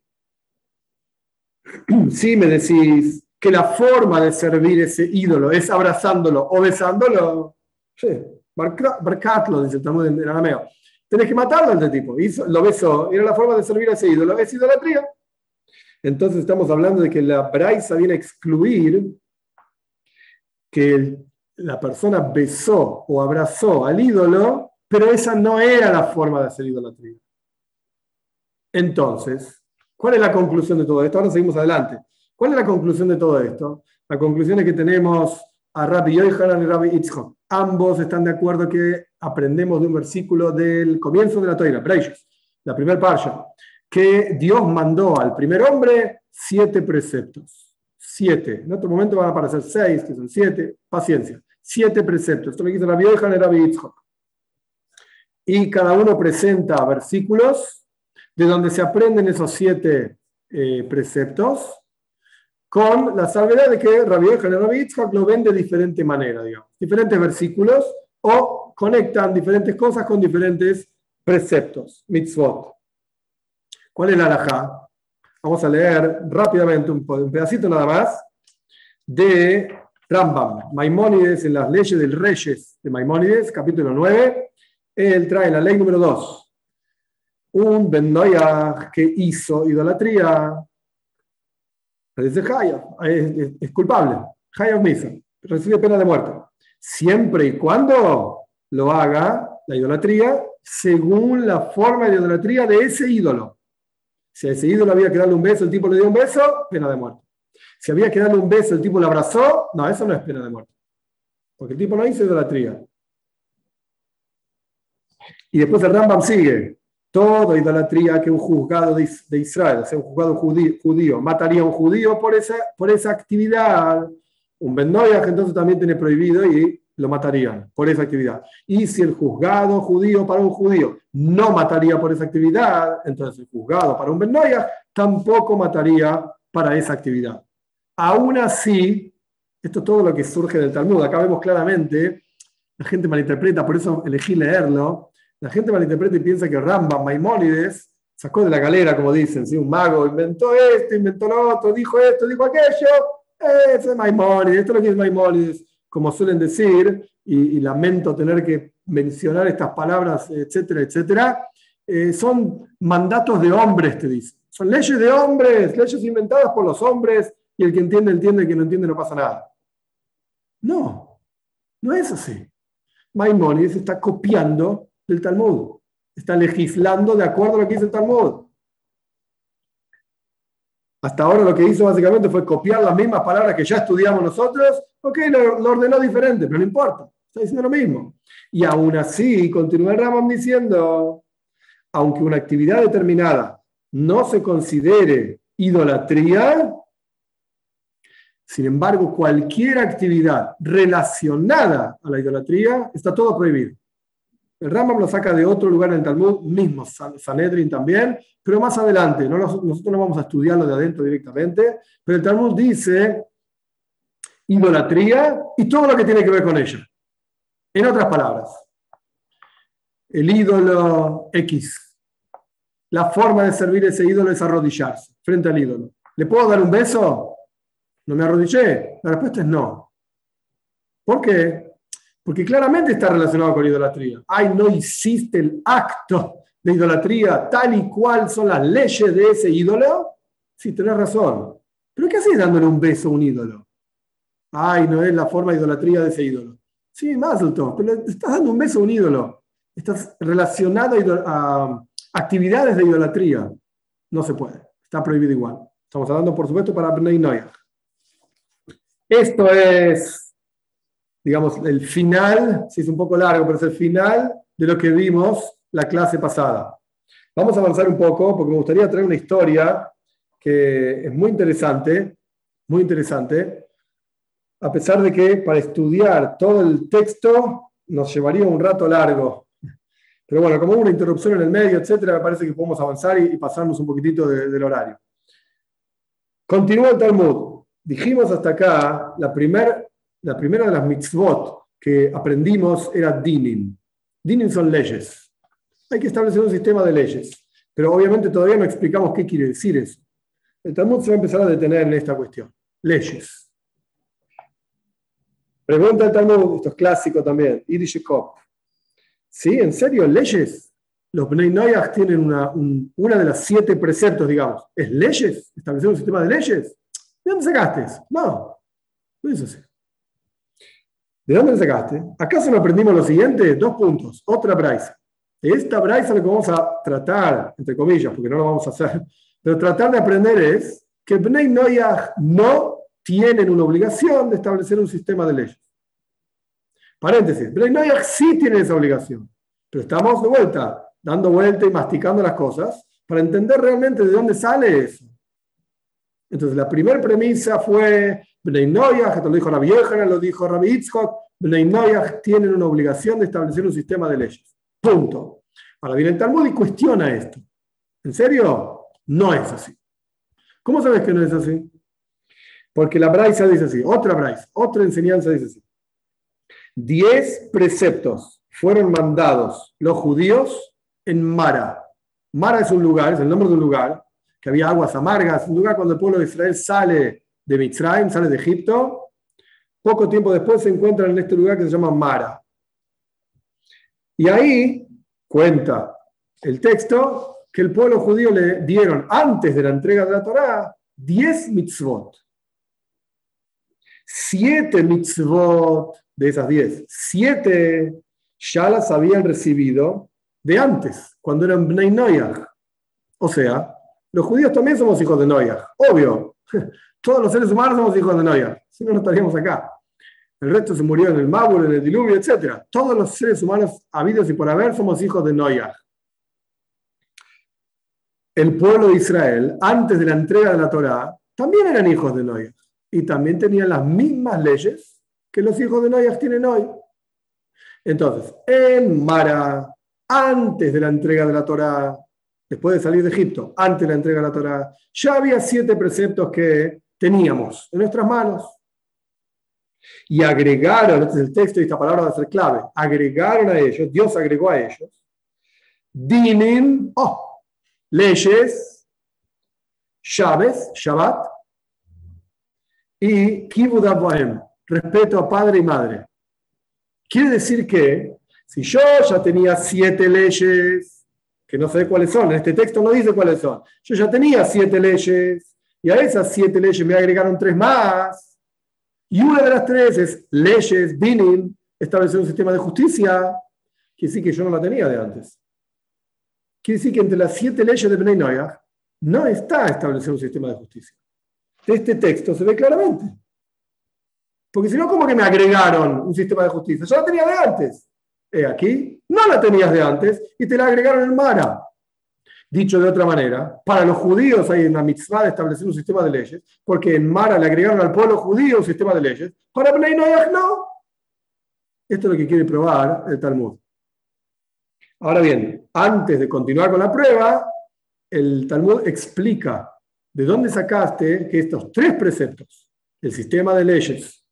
Si me decís que la forma de servir ese ídolo es abrazándolo o besándolo, sí, barcatlo, dice el Talmud en arameo. Tenés que matarlo a este tipo. Y lo besó, era la forma de servir a ese ídolo, es idolatría. Entonces estamos hablando de que la braisa viene a excluir que el, la persona besó o abrazó al ídolo, pero esa no era la forma de hacer idolatría. Entonces, ¿Cuál es la conclusión de todo esto? Ahora seguimos adelante. ¿Cuál es la conclusión de todo esto? La conclusión es que tenemos a Rabbi Yochanan y Rabbi Yitzchak. Ambos están de acuerdo que aprendemos de un versículo del comienzo de la Torá, Breishis, la primer parsha, que Dios mandó al primer hombre siete preceptos. Siete. En otro momento van a aparecer seis, que son siete. Paciencia. Siete preceptos. Esto lo dice Rabbi Yochanan y Rabbi Yitzchak. Y cada uno presenta versículos de donde se aprenden esos siete eh, preceptos, con la salvedad de que Rabbi Yochanan y Rabbi Yitzchak lo ven de diferente manera, digamos. Diferentes versículos o conectan diferentes cosas con diferentes preceptos, mitzvot. ¿Cuál es la halajá? Vamos a leer rápidamente un, un pedacito nada más de Rambam, Maimónides en las leyes del Reyes de Maimónides, capítulo nueve. Él trae la ley número dos. Un Ben Noyaj que hizo idolatría, dice Hayav, es, es, es culpable, Hayav Misa, recibe pena de muerte, siempre y cuando lo haga, la idolatría, según la forma de idolatría de ese ídolo. Si a ese ídolo había que darle un beso, el tipo le dio un beso, pena de muerte. Si había que darle un beso, el tipo lo abrazó, no, eso no es pena de muerte, porque el tipo no hizo idolatría. Y después el Rambam sigue. Toda idolatría que un juzgado de Israel, o sea, un juzgado judío, judío mataría a un judío por esa, por esa actividad, un Ben Noyaj entonces también tiene prohibido y lo matarían por esa actividad. Y si el juzgado judío para un judío no mataría por esa actividad, entonces el juzgado para un Ben Noyaj tampoco mataría para esa actividad. Aún así, esto es todo lo que surge del Talmud. Acá vemos claramente, la gente malinterpreta, por eso elegí leerlo. La gente malinterpreta y piensa que Rambam, Maimónides, sacó de la galera, como dicen, ¿sí? Un mago inventó esto, inventó lo otro, dijo esto, dijo aquello. Ese es Maimónides, esto es lo que es Maimónides, como suelen decir, y, y lamento tener que mencionar estas palabras, etcétera, etcétera. Eh, son mandatos de hombres, te dicen. Son leyes de hombres, leyes inventadas por los hombres, y el que entiende, entiende, el que no entiende, no pasa nada. No, no es así. Maimónides está copiando del Talmud, está legislando de acuerdo a lo que dice el Talmud. Hasta ahora lo que hizo básicamente fue copiar las mismas palabras que ya estudiamos nosotros. Ok, lo, lo ordenó diferente, pero no importa, está diciendo lo mismo. Y aún así, continúa el Rambam diciendo, aunque una actividad determinada no se considere idolatría, sin embargo, cualquier actividad relacionada a la idolatría está todo prohibido. El Rambam lo saca de otro lugar en el Talmud, mismo Sanedrin también, pero más adelante, no, nosotros no vamos a estudiarlo de adentro directamente, pero el Talmud dice idolatría y todo lo que tiene que ver con ella. En otras palabras, el ídolo X, la forma de servir ese ídolo es arrodillarse frente al ídolo. ¿Le puedo dar un beso? ¿No me arrodillé? La respuesta es no. ¿Por qué? Porque claramente está relacionado con idolatría. Ay, no hiciste el acto de idolatría tal y cual son las leyes de ese ídolo. Sí, tenés razón. ¿Pero qué haces dándole un beso a un ídolo? Ay, no es la forma de idolatría de ese ídolo. Sí, Mazel Tov, pero le estás dando un beso a un ídolo. Estás relacionado a, a actividades de idolatría. No se puede. Está prohibido igual. Estamos hablando, por supuesto, para Bnei Noyaj. Esto es, digamos, el final, sí es un poco largo, pero es el final de lo que vimos la clase pasada. Vamos a avanzar un poco porque me gustaría traer una historia que es muy interesante, muy interesante, a pesar de que para estudiar todo el texto nos llevaría un rato largo. Pero bueno, como hubo una interrupción en el medio, etcétera, me parece que podemos avanzar y, y pasarnos un poquitito de, del horario. Continúa el Talmud. Dijimos hasta acá, la, primer, la primera de las mitzvot que aprendimos era dinim. Dinim son leyes. Hay que establecer un sistema de leyes. Pero obviamente todavía no explicamos qué quiere decir eso. El Talmud se va a empezar a detener en esta cuestión. Leyes. Pregunta el Talmud, esto es clásico también, Yiddish Kop. ¿Sí? ¿En serio? ¿Leyes? Los Bnei Noyaj tienen una, un, una de las siete preceptos, digamos. ¿Es leyes? ¿Establecer un sistema de leyes? ¿De dónde sacaste eso? No, no es así. ¿De dónde lo sacaste? ¿Acaso no aprendimos lo siguiente? Dos puntos. Otra braisa. Esta braisa lo que vamos a tratar, entre comillas, porque no lo vamos a hacer Pero tratar de aprender es que Bnei Noyaj no tienen una obligación de establecer un sistema de leyes. Paréntesis, Bnei Noyaj sí tienen esa obligación, pero estamos de vuelta, dando vuelta y masticando las cosas para entender realmente de dónde sale eso. Entonces, la primera premisa fue Bnei Noyaj, esto lo dijo Rabbi Yochanan, lo dijo Rabbi Yitzchak, Bnei Noyaj tienen una obligación de establecer un sistema de leyes. Punto. Ahora viene el Talmud y cuestiona esto. ¿En serio? No es así. ¿Cómo sabes que no es así? Porque la Braisa dice así, otra Braisa, otra enseñanza dice así. Diez preceptos fueron mandados los judíos en Mara. Mara es un lugar, es el nombre de un lugar, que había aguas amargas, un lugar cuando el pueblo de Israel sale de Mitzrayim, sale de Egipto. Poco tiempo después se encuentran en este lugar que se llama Mara. Y ahí cuenta el texto que el pueblo judío le dieron, antes de la entrega de la Torá, diez mitzvot. Siete mitzvot de esas diez, siete ya las habían recibido de antes, cuando eran Bnei Noyaj. O sea, los judíos también somos hijos de Noyaj, obvio. Todos los seres humanos somos hijos de Noyaj, si no, no estaríamos acá. El resto se murió en el Mabul, en el diluvio, etcétera. Todos los seres humanos habidos y por haber somos hijos de Noyaj. El pueblo de Israel, antes de la entrega de la Torá, también eran hijos de Noyaj. Y también tenían las mismas leyes que los hijos de Noyaj tienen hoy. Entonces, en Mara, antes de la entrega de la Torá, después de salir de Egipto, antes de la entrega de la Torá, ya había siete preceptos que teníamos en nuestras manos. Y agregaron, este es el texto y esta palabra va a ser clave, agregaron a ellos, Dios agregó a ellos, dinim, oh, leyes, Shabes, Shabbat, y Kibud Abahem, respeto a padre y madre. Quiere decir que si yo ya tenía siete leyes, que no sé cuáles son, en este texto no dice cuáles son, yo ya tenía siete leyes, y a esas siete leyes me agregaron tres más, y una de las tres es leyes, dinim, establecer un sistema de justicia, quiere decir que yo no la tenía de antes. Quiere decir que entre las siete leyes de Bnei Noyaj no está establecer un sistema de justicia. De este texto se ve claramente. Porque si no, ¿cómo que me agregaron un sistema de justicia? Yo la tenía de antes. Eh, aquí no la tenías de antes y te la agregaron en Mara. Dicho de otra manera, para los judíos hay una mitzvah de establecer un sistema de leyes, porque en Mara le agregaron al pueblo judío un sistema de leyes. Para Bnei Noyaj no. Esto es lo que quiere probar el Talmud. Ahora bien, antes de continuar con la prueba, el Talmud explica de dónde sacaste que estos tres preceptos, el sistema de leyes,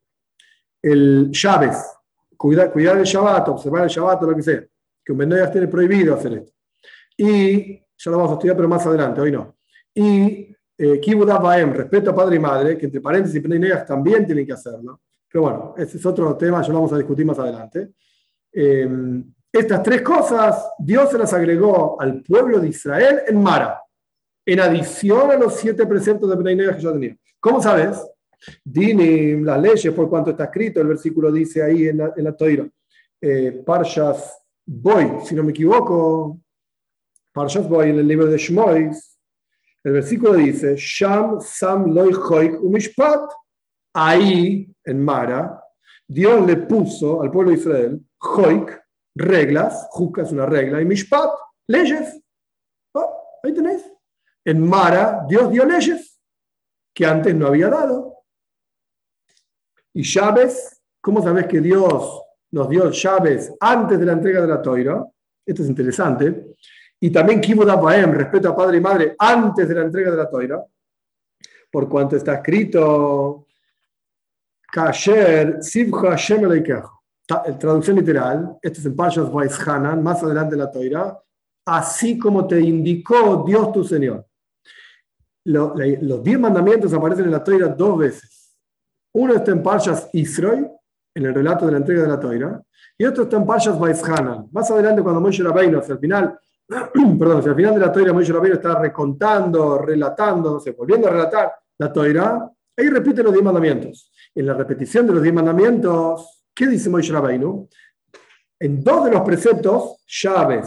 el Shabes, cuidar, cuidar el Shabbat, observar el Shabbat o lo que sea, que un Bnei Noyaj tiene prohibido hacer esto. Y, ya lo vamos a estudiar, pero más adelante, hoy no. Y Kibud Abahem, respeto a padre y madre, que entre paréntesis Bnei Noyaj también tienen que hacerlo. Pero bueno, ese es otro tema, ya lo vamos a discutir más adelante. Eh, Estas tres cosas Dios se las agregó al pueblo de Israel en Mara, en adición a los siete preceptos de Bnei Noyaj que ya tenía. ¿Cómo sabes? Dinim, las leyes, por cuanto está escrito, el versículo dice ahí en la, en la Toira, eh, Parshas Boy, si no me equivoco, Parshas Boy, en el libro de Shmois, el versículo dice, Sham Sam Loi Choik Umishpat, ahí en Mara, Dios le puso al pueblo de Israel, Choik, reglas, Juca es una regla, y Mishpat, leyes. Oh, ahí tenéis. En Mara, Dios dio leyes que antes no había dado. Y Shabes, ¿cómo sabes que Dios nos dio Shabes antes de la entrega de la Toira? Esto es interesante. Y también Kibud Abahem, respeto a padre y madre, antes de la entrega de la Toira, por cuanto está escrito Kasher Sivcha Hashem Eleikecho. Traducción literal, esto es en Parshas Vaishanan, más adelante en la Toira, así como te indicó Dios tu Señor. Lo, la, los diez mandamientos aparecen en la Toira dos veces. Uno está en Parshas Israel, en el relato de la entrega de la Toira, y otro está en Parshas Vaishanan. Más adelante, cuando Moshe Rabbeinu, hacia el final, perdón, hacia el final de la Toira, Moshe Rabbeinu está recontando, relatando, no sé, volviendo a relatar la Toira, ahí repite los diez mandamientos. En la repetición de los diez mandamientos, ¿qué dice Moshe Rabbeinu? En dos de los preceptos, Shabes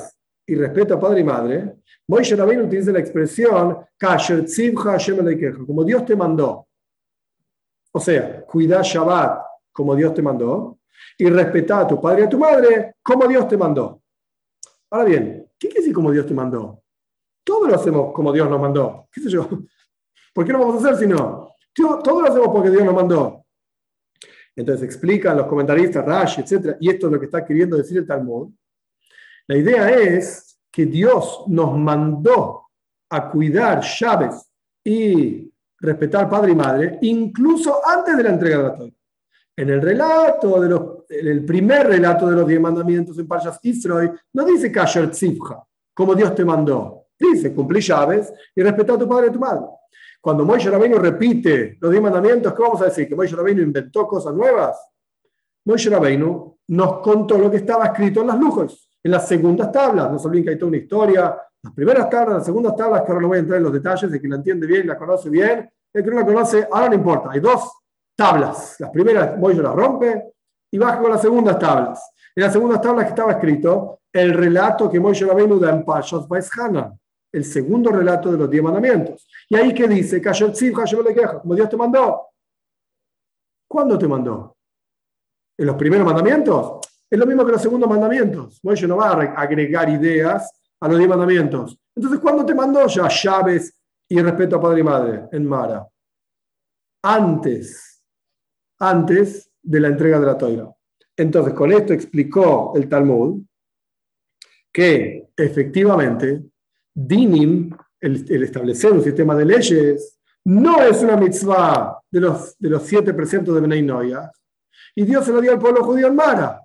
y respeto a padre y madre, Moishe Rabbeinu utiliza la expresión Kasher tzivcha Hashem elekeja, como Dios te mandó. O sea, cuidá Shabbat como Dios te mandó y respetá a tu padre y a tu madre como Dios te mandó. Ahora bien, ¿qué quiere decir como Dios te mandó? Todo lo hacemos como Dios nos mandó. ¿Qué sé yo? ¿Por qué no vamos a hacer si no? Todo lo hacemos porque Dios nos mandó. Entonces explican los comentaristas, Rashi, etcétera, y esto es lo que está queriendo decir el Talmud. La idea es que Dios nos mandó a cuidar Shabbat y respetar padre y madre, incluso antes de la entrega de la Torah. En el relato, de los, en el primer relato de los diez mandamientos en Parshas Yisro, no dice Kasher Tzivcha, como Dios te mandó. Dice, cumplí Shabbat y respetá a tu padre y a tu madre. Cuando Moishe Rabbeinu repite los diez mandamientos, ¿qué vamos a decir? ¿Que Moishe Rabbeinu inventó cosas nuevas? Moishe Rabbeinu nos contó lo que estaba escrito en las lujas, en las segundas tablas. No se olviden que hay toda una historia. Las primeras tablas, las segundas tablas, que ahora no voy a entrar en los detalles, de que la entiende bien, la conoce bien. El que no la conoce, ahora no importa. Hay dos tablas. Las primeras Moishe las rompe y baja con las segundas tablas. En las segundas tablas que estaba escrito el relato que Moishe Rabbeinu da en Parshas Vayeschanan, el segundo relato de los diez mandamientos. Y ahí que dice, como Dios te mandó. ¿Cuándo te mandó? ¿En los primeros mandamientos? Es lo mismo que los segundos mandamientos. Moishe no va a agregar ideas a los diez mandamientos. Entonces, ¿cuándo te mandó? Ya llaves y respeto a padre y madre en Mara. Antes, antes de la entrega de la Torah. Entonces, con esto explicó el Talmud que efectivamente Dinim, el, el establecer un sistema de leyes, no es una mitzvah de los, de los siete preceptos de Bnei Noyaj, y Dios se lo dio al pueblo judío en Mara.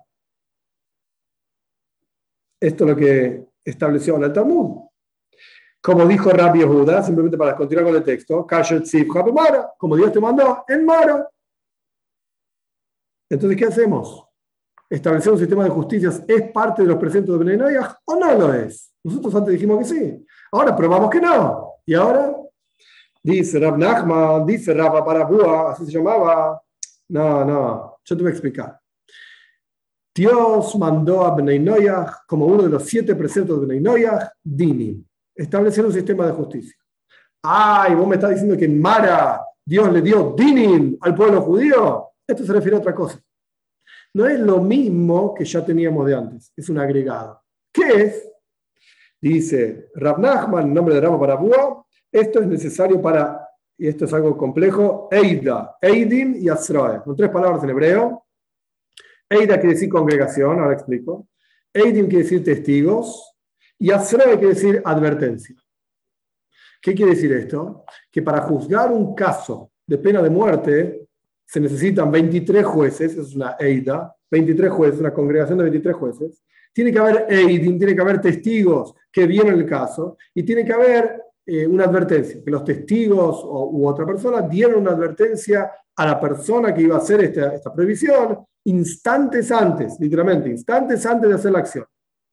Esto es lo que estableció en el Talmud. Como dijo Rabbi Yehuda, simplemente para continuar con el texto, Mara, como Dios te mandó, en Mara. Entonces, ¿qué hacemos? ¿Establecer un sistema de justicias es parte de los preceptos de Bnei Noyaj o no lo es? Nosotros antes dijimos que sí. Ahora probamos que no. Y ahora dice Rab Nachman, dice Rab Parabúa, así se llamaba. No, no, yo te voy a explicar. Dios mandó a Bnei Noyaj como uno de los siete preceptos de Bnei Noyaj, Dinim, establecer un sistema de justicia. Ay, vos me estás diciendo que en Mara Dios le dio Dinim al pueblo judío. Esto se refiere a otra cosa. No es lo mismo que ya teníamos de antes, es un agregado. ¿Qué es? Dice Rab Nachman, en nombre de Rab Parabúa, esto es necesario para, y esto es algo complejo, Eida, Eidim y Asroe. Son tres palabras en hebreo. Eida quiere decir congregación, ahora explico. Eidim quiere decir testigos. Y Asroe quiere decir advertencia. ¿Qué quiere decir esto? Que para juzgar un caso de pena de muerte se necesitan veintitrés jueces, es una Eida, veintitrés jueces, una congregación de veintitrés jueces. Tiene que haber Eidim, tiene que haber testigos que vieron el caso y tiene que haber eh, una advertencia, que los testigos o, u otra persona dieron una advertencia a la persona que iba a hacer esta, esta prohibición instantes antes, literalmente, instantes antes de hacer la acción.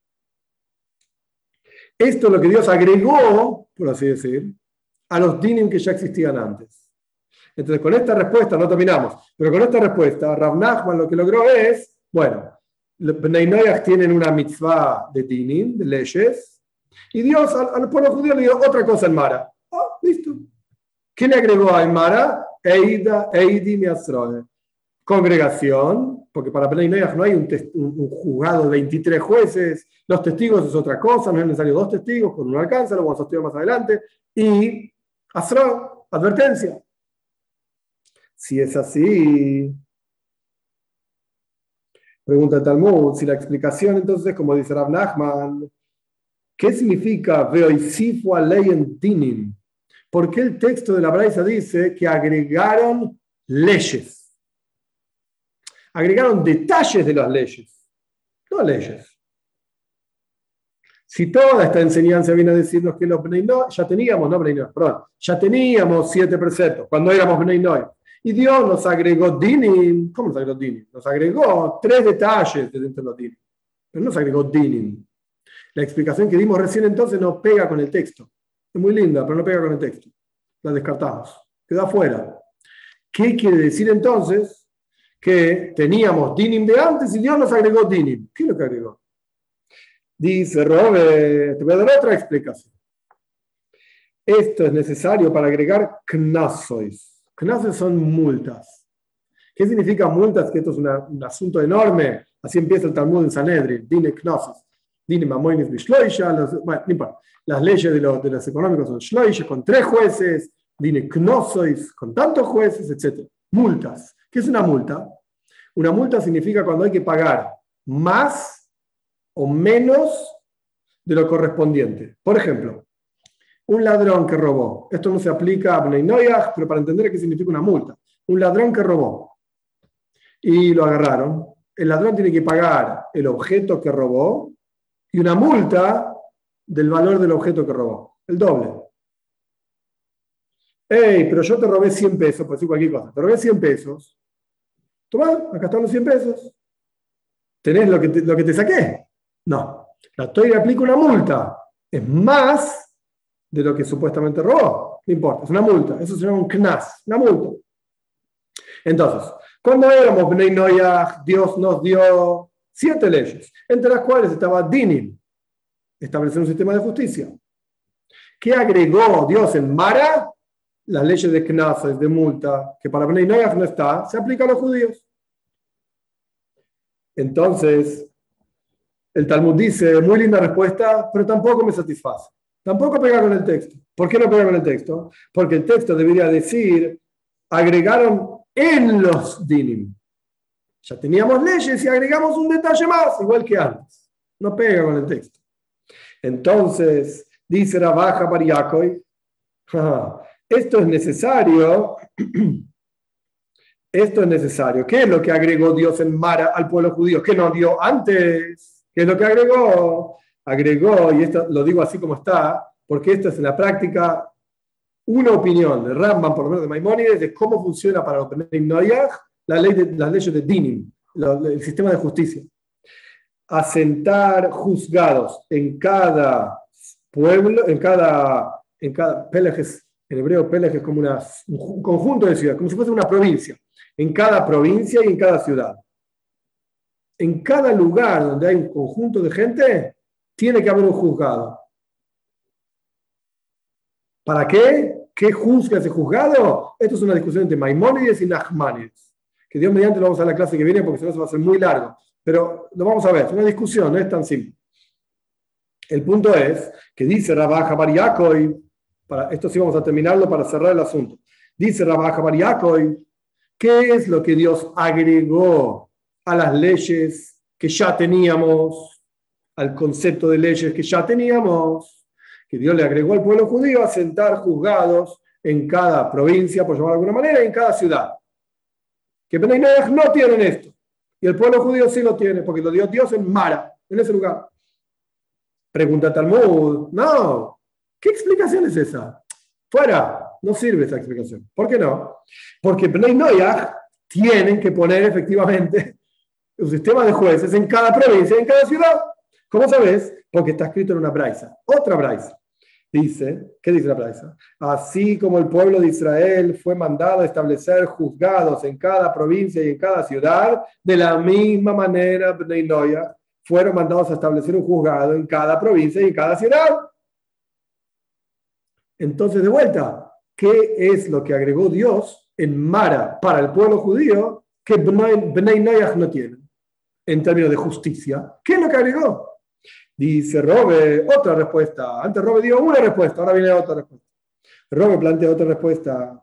Esto es lo que Dios agregó, por así decir, a los dinim que ya existían antes. Entonces, con esta respuesta, no terminamos, pero con esta respuesta, Rab Nachman lo que logró es, bueno, los Bnei Noyaj tienen una mitzvah de dinim, de leyes, y Dios al, al pueblo judío le dio otra cosa en Mara. Ah, listo. ¿Qué le agregó a Mara? Eida, Eidim y Asroe. Congregación, porque para Bnei Noyaj no hay un, un, un juzgado de veintitrés jueces, los testigos es otra cosa, no es necesario dos testigos, con uno alcanza, lo vamos a estudiar más adelante, y Asroe, advertencia. Si es así, pregunta el Talmud, si la explicación entonces, como dice Rab Nachman, ¿qué significa veoisifu aleyen dinim? ¿Por qué el texto de la Braisa dice que agregaron leyes? Agregaron detalles de las leyes, no leyes. Si toda esta enseñanza viene a decirnos que los Bnei Noyaj, ya teníamos, no Bnei Noyaj, perdón, ya teníamos siete preceptos cuando éramos Bnei Noyaj. Y Dios nos agregó dinim. ¿Cómo nos agregó dinim? Nos agregó tres detalles dentro de los dinim. Pero no nos agregó dinim. La explicación que dimos recién entonces no pega con el texto. Es muy linda, pero no pega con el texto. La descartamos. Queda afuera. ¿Qué quiere decir entonces? Que teníamos dinim de antes y Dios nos agregó dinim. ¿Qué es lo que agregó? Dice Robe, te voy a dar otra explicación. Esto es necesario para agregar knasois. Knasois son multas. ¿Qué significa multas? Que esto es una, un asunto enorme. Así empieza el Talmud en Sanedrin. Dine knasois. Dine mamoines bishloisha. Bueno, no importa. Las leyes de los, de los económicos son shloisha, con tres jueces. Dine knasois, con tantos jueces, etcétera. Multas. ¿Qué es una multa? Una multa significa cuando hay que pagar más o menos de lo correspondiente. Por ejemplo, un ladrón que robó. Esto no se aplica a Bnei Noyaj, pero para entender qué significa una multa. Un ladrón que robó y lo agarraron. El ladrón tiene que pagar el objeto que robó y una multa del valor del objeto que robó. El doble. Hey, pero yo te robé cien pesos, por decir cualquier cosa. Te robé cien pesos. Tomá, acá están los cien pesos. ¿Tenés lo que te, lo que te saqué? No. La Torah aplica una multa. Es más de lo que supuestamente robó. No importa, es una multa. Eso se llama un knas, una multa. Entonces, cuando éramos Bnei Noyaj, Dios nos dio siete leyes, entre las cuales estaba Dinim, establecer un sistema de justicia. ¿Qué agregó Dios en Mara? Las leyes de knas, de multa, que para Bnei Noyaj no está, se aplica a los judíos. Entonces, el Talmud dice, muy linda respuesta, pero tampoco me satisface. Tampoco pega con el texto. ¿Por qué no pega con el texto? Porque el texto debería decir, agregaron en los dinim. Ya teníamos leyes y agregamos un detalle más, igual que antes. No pega con el texto. Entonces, dice Rabaja Bar Yaakov, esto es necesario, esto es necesario. ¿Qué es lo que agregó Dios en Mara al pueblo judío? ¿Qué no dio antes? ¿Qué es lo que agregó? Agregó, y esto lo digo así como está, porque esto es en la práctica una opinión de Rambam, por lo menos de Maimónides, de cómo funciona para los Bnei Noyaj la ley de, las leyes de Dinim, el sistema de justicia. Asentar juzgados en cada pueblo, en cada, en cada Pelejes, en hebreo Pelejes es como una, un conjunto de ciudades, como si fuese una provincia, en cada provincia y en cada ciudad. En cada lugar donde hay un conjunto de gente, tiene que haber un juzgado. ¿Para qué? ¿Qué juzga ese juzgado? Esto es una discusión entre Maimónides y Nachmanides, que Dios mediante lo vamos a ver la clase que viene porque si no se va a hacer muy largo. Pero lo vamos a ver, es una discusión, no es tan simple. El punto es que dice Rabaja Bar Yaakov, para esto sí vamos a terminarlo para cerrar el asunto. Dice Rabaja Bar Yaakov, ¿qué es lo que Dios agregó a las leyes que ya teníamos? Al concepto de leyes que ya teníamos, que Dios le agregó al pueblo judío a sentar juzgados en cada provincia, por llamarlo de alguna manera, y en cada ciudad. Que Bnei Noyaj no tienen esto. Y el pueblo judío sí lo tiene, porque lo dio Dios en Mara, en ese lugar. Pregunta Talmud, no, ¿qué explicación es esa? Fuera, no sirve esa explicación. ¿Por qué no? Porque Bnei Noyaj tienen que poner efectivamente un sistema de jueces en cada provincia y en cada ciudad. ¿Cómo sabes? Porque está escrito en una braisa. Otra braisa. Dice, ¿qué dice la braisa? Así como el pueblo de Israel fue mandado a establecer juzgados en cada provincia y en cada ciudad, de la misma manera Bnei Noyaj fueron mandados a establecer un juzgado en cada provincia y en cada ciudad. Entonces, de vuelta, ¿qué es lo que agregó Dios en Mara para el pueblo judío que Bnei Noyaj no tiene en términos de justicia? ¿Qué es lo que agregó? Dice Robe, otra respuesta. Antes Robe dio una respuesta, ahora viene otra respuesta. Robe plantea otra respuesta.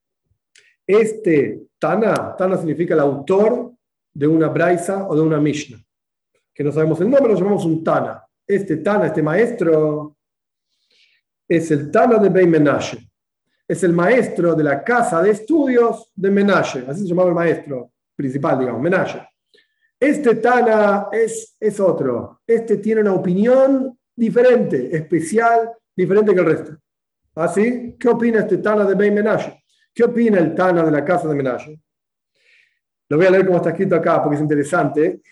Este Tana, Tana significa el autor de una Braisa o de una Mishnah, que no sabemos el nombre, lo llamamos un Tana. Este Tana, este maestro, es el Tana de Beit Menashe. Es el maestro de la casa de estudios de Menashe. Así se llamaba el maestro principal, digamos, Menashe. Este Tana es, es otro. Este tiene una opinión diferente, especial, diferente que el resto. ¿Así? ¿Qué opina este Tana de Beit Menashe? ¿Qué opina el Tana de la casa de Menashe? Lo voy a leer como está escrito acá porque es interesante.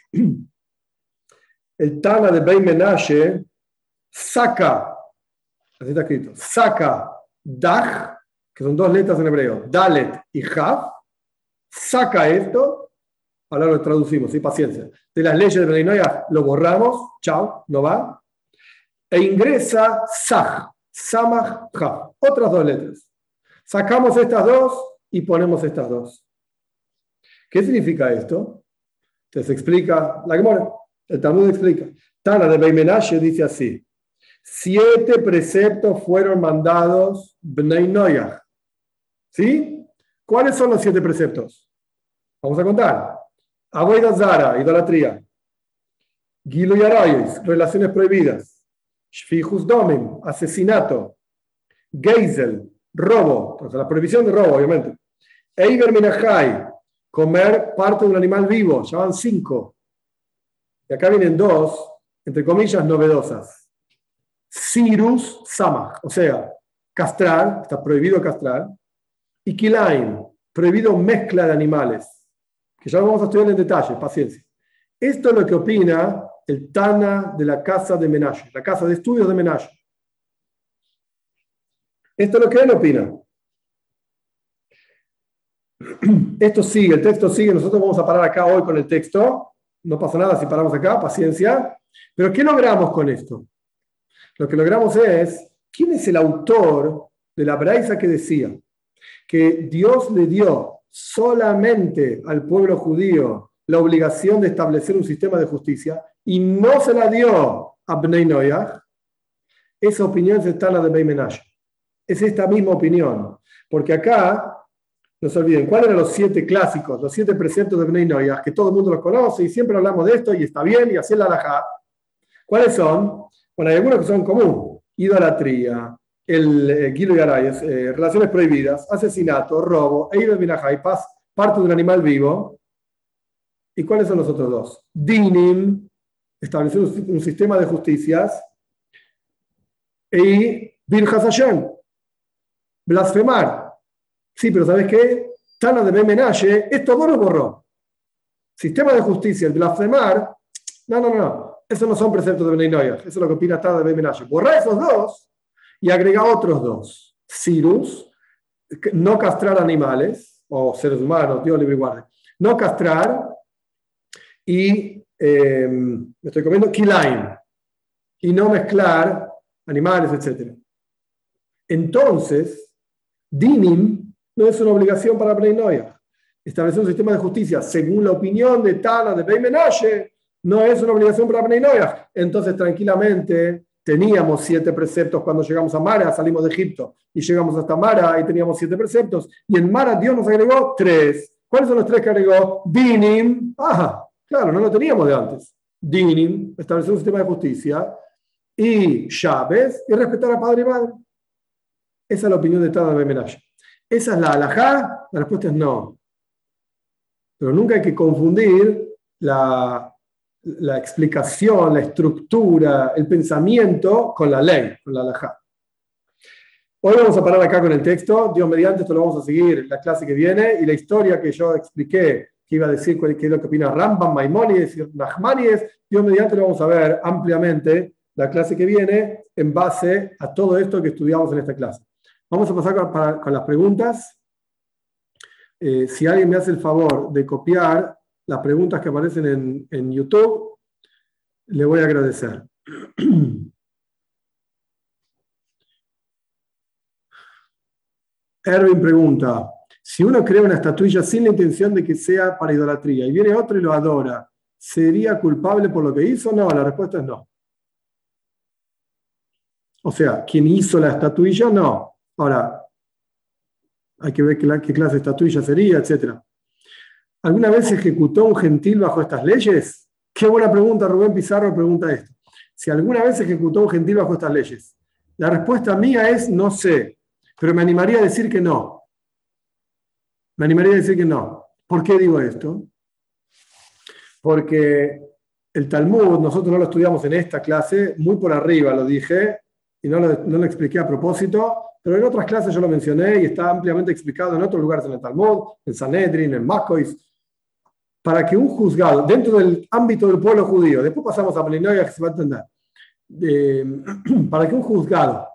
El Tana de Beit Menashe saca, así está escrito, saca Daj, que son dos letras en hebreo, Dalet y Jaf, saca esto ahora lo traducimos, ¿sí? Paciencia, de las leyes de Bnei Noach, lo borramos, chao, no va, e ingresa Saj, Samach, Ja, otras dos letras. Sacamos estas dos y ponemos estas dos. ¿Qué significa esto? Entonces explica la Gemara, el Talmud explica. Tana de Beit Menashe dice así: siete preceptos fueron mandados Bnei Noach. ¿Sí? ¿Cuáles son los siete preceptos? Vamos a contar. Avodah Zara, idolatría. Giluy Arayos, relaciones prohibidas. Shfichus Domim, asesinato. Geisel, robo, o sea, la prohibición de robo, obviamente. Eiber Minachai, comer parte de un animal vivo, ya van cinco. Y acá vienen dos, entre comillas, novedosas. Sirus Samach, o sea, castrar, está prohibido castrar. Y Kilaim, prohibido mezcla de animales, que ya lo vamos a estudiar en detalle, paciencia. Esto es lo que opina el Tana de la casa de Menashe, la casa de estudios de Menashe. Esto es lo que él opina. Esto sigue, el texto sigue, nosotros vamos a parar acá hoy con el texto, no pasa nada si paramos acá, paciencia. Pero ¿qué logramos con esto? Lo que logramos es, ¿quién es el autor de la braisa que decía que Dios le dio solamente al pueblo judío la obligación de establecer un sistema de justicia y no se la dio a Bnei Noach? Esa opinión está en la de Beit Menashe. Es esta misma opinión, porque acá, no se olviden, ¿cuáles eran los siete clásicos, los siete preceptos de Bnei Noach, que todo el mundo los conoce y siempre hablamos de esto y está bien y así es la halajá? ¿Cuáles son? Bueno, hay algunos que son comunes: idolatría, el eh, Giluy Arayos, eh, relaciones prohibidas, asesinato, robo, eiber minachai, parte de un animal vivo. ¿Y cuáles son los otros dos? Dinim, establecer un, un sistema de justicias, y Birjas Hashem, blasfemar. Sí, pero ¿sabes qué? Tana de Beit Menashe, esto no lo borró. Sistema de justicia, el blasfemar, no, no, no, esos no son preceptos de Bnei Noach, eso es lo que opina Tana de Beit Menashe. Borra esos dos y agrega otros dos. Sirus, no castrar animales, o seres humanos, Dios libre y guarde. No castrar, y eh, me estoy comiendo Kilaim, y no mezclar animales, etcétera. Entonces, Dinim no es una obligación para Bnei Noach. Establecer un sistema de justicia, según la opinión de Tana de Beit Menashe, no es una obligación para Bnei Noach. Entonces, tranquilamente, teníamos siete preceptos cuando llegamos a Mara, salimos de Egipto y llegamos hasta Mara y teníamos siete preceptos. Y en Mara Dios nos agregó tres. ¿Cuáles son los tres que agregó? Dinim. Ajá, claro, no lo teníamos de antes. Dinim, establecer un sistema de justicia, y Shabes, y respetar a padre y madre. Esa es la opinión de Tana de Beit Menashe. ¿Esa es la halajá? La respuesta es no. Pero nunca hay que confundir la, la explicación, la estructura, el pensamiento con la ley, con la halajá. Hoy vamos a parar acá con el texto. Dios mediante, esto lo vamos a seguir en la clase que viene. Y la historia que yo expliqué, que iba a decir qué es lo que opina Rambam, Maimónides y Nachmanides, Dios mediante lo vamos a ver ampliamente la clase que viene en base a todo esto que estudiamos en esta clase. Vamos a pasar con, para, con las preguntas. Eh, si alguien me hace el favor de copiar las preguntas que aparecen en, en YouTube, le voy a agradecer. Erwin pregunta: si uno crea una estatuilla sin la intención de que sea para idolatría y viene otro y lo adora, ¿sería culpable por lo que hizo? No, la respuesta es no. O sea, quien hizo la estatuilla, no. Ahora, hay que ver qué, qué clase de estatuilla sería, etcétera. ¿Alguna vez se ejecutó un gentil bajo estas leyes? Qué buena pregunta, Rubén Pizarro pregunta esto. Si alguna vez se ejecutó un gentil bajo estas leyes. La respuesta mía es no sé, pero me animaría a decir que no. Me animaría a decir que no. ¿Por qué digo esto? Porque el Talmud, nosotros no lo estudiamos en esta clase, muy por arriba lo dije, y no lo, no lo expliqué a propósito, pero en otras clases yo lo mencioné y está ampliamente explicado en otros lugares en el Talmud, en Sanedrin, en Makois, para que un juzgado, dentro del ámbito del pueblo judío, después pasamos a Bnei Noach, que se va a entender, eh, para que un juzgado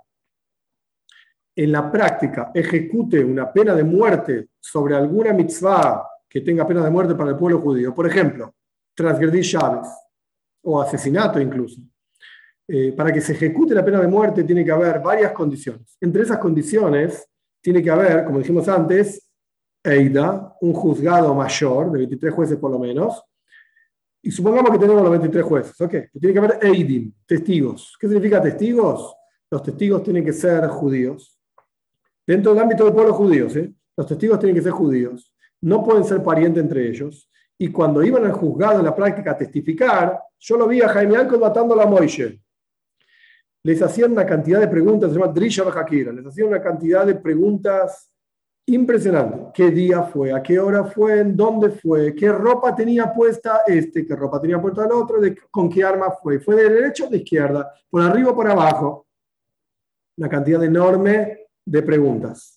en la práctica ejecute una pena de muerte sobre alguna mitzvah que tenga pena de muerte para el pueblo judío. Por ejemplo, transgredir Shabbat o asesinato incluso. Eh, para que se ejecute la pena de muerte tiene que haber varias condiciones. Entre esas condiciones tiene que haber, como dijimos antes, Eida, un juzgado mayor, de veintitrés jueces por lo menos, y supongamos que tenemos los veintitrés jueces, ¿ok? Tiene que haber Eidim, testigos. ¿Qué significa testigos? Los testigos tienen que ser judíos. Dentro del ámbito del pueblo judío, ¿sí? Los testigos tienen que ser judíos. No pueden ser parientes entre ellos. Y cuando iban al juzgado en la práctica a testificar, yo lo vi a Jaime Yankel matando a la Moishe. Les hacían una cantidad de preguntas, se llama Drisha Bajakira, les hacían una cantidad de preguntas impresionante. ¿Qué día fue? ¿A qué hora fue? ¿En dónde fue? ¿Qué ropa tenía puesta este? ¿Qué ropa tenía puesta el otro? ¿De, ¿Con qué arma fue? ¿Fue de derecha o de izquierda? ¿Por arriba o por abajo? Una cantidad enorme de preguntas.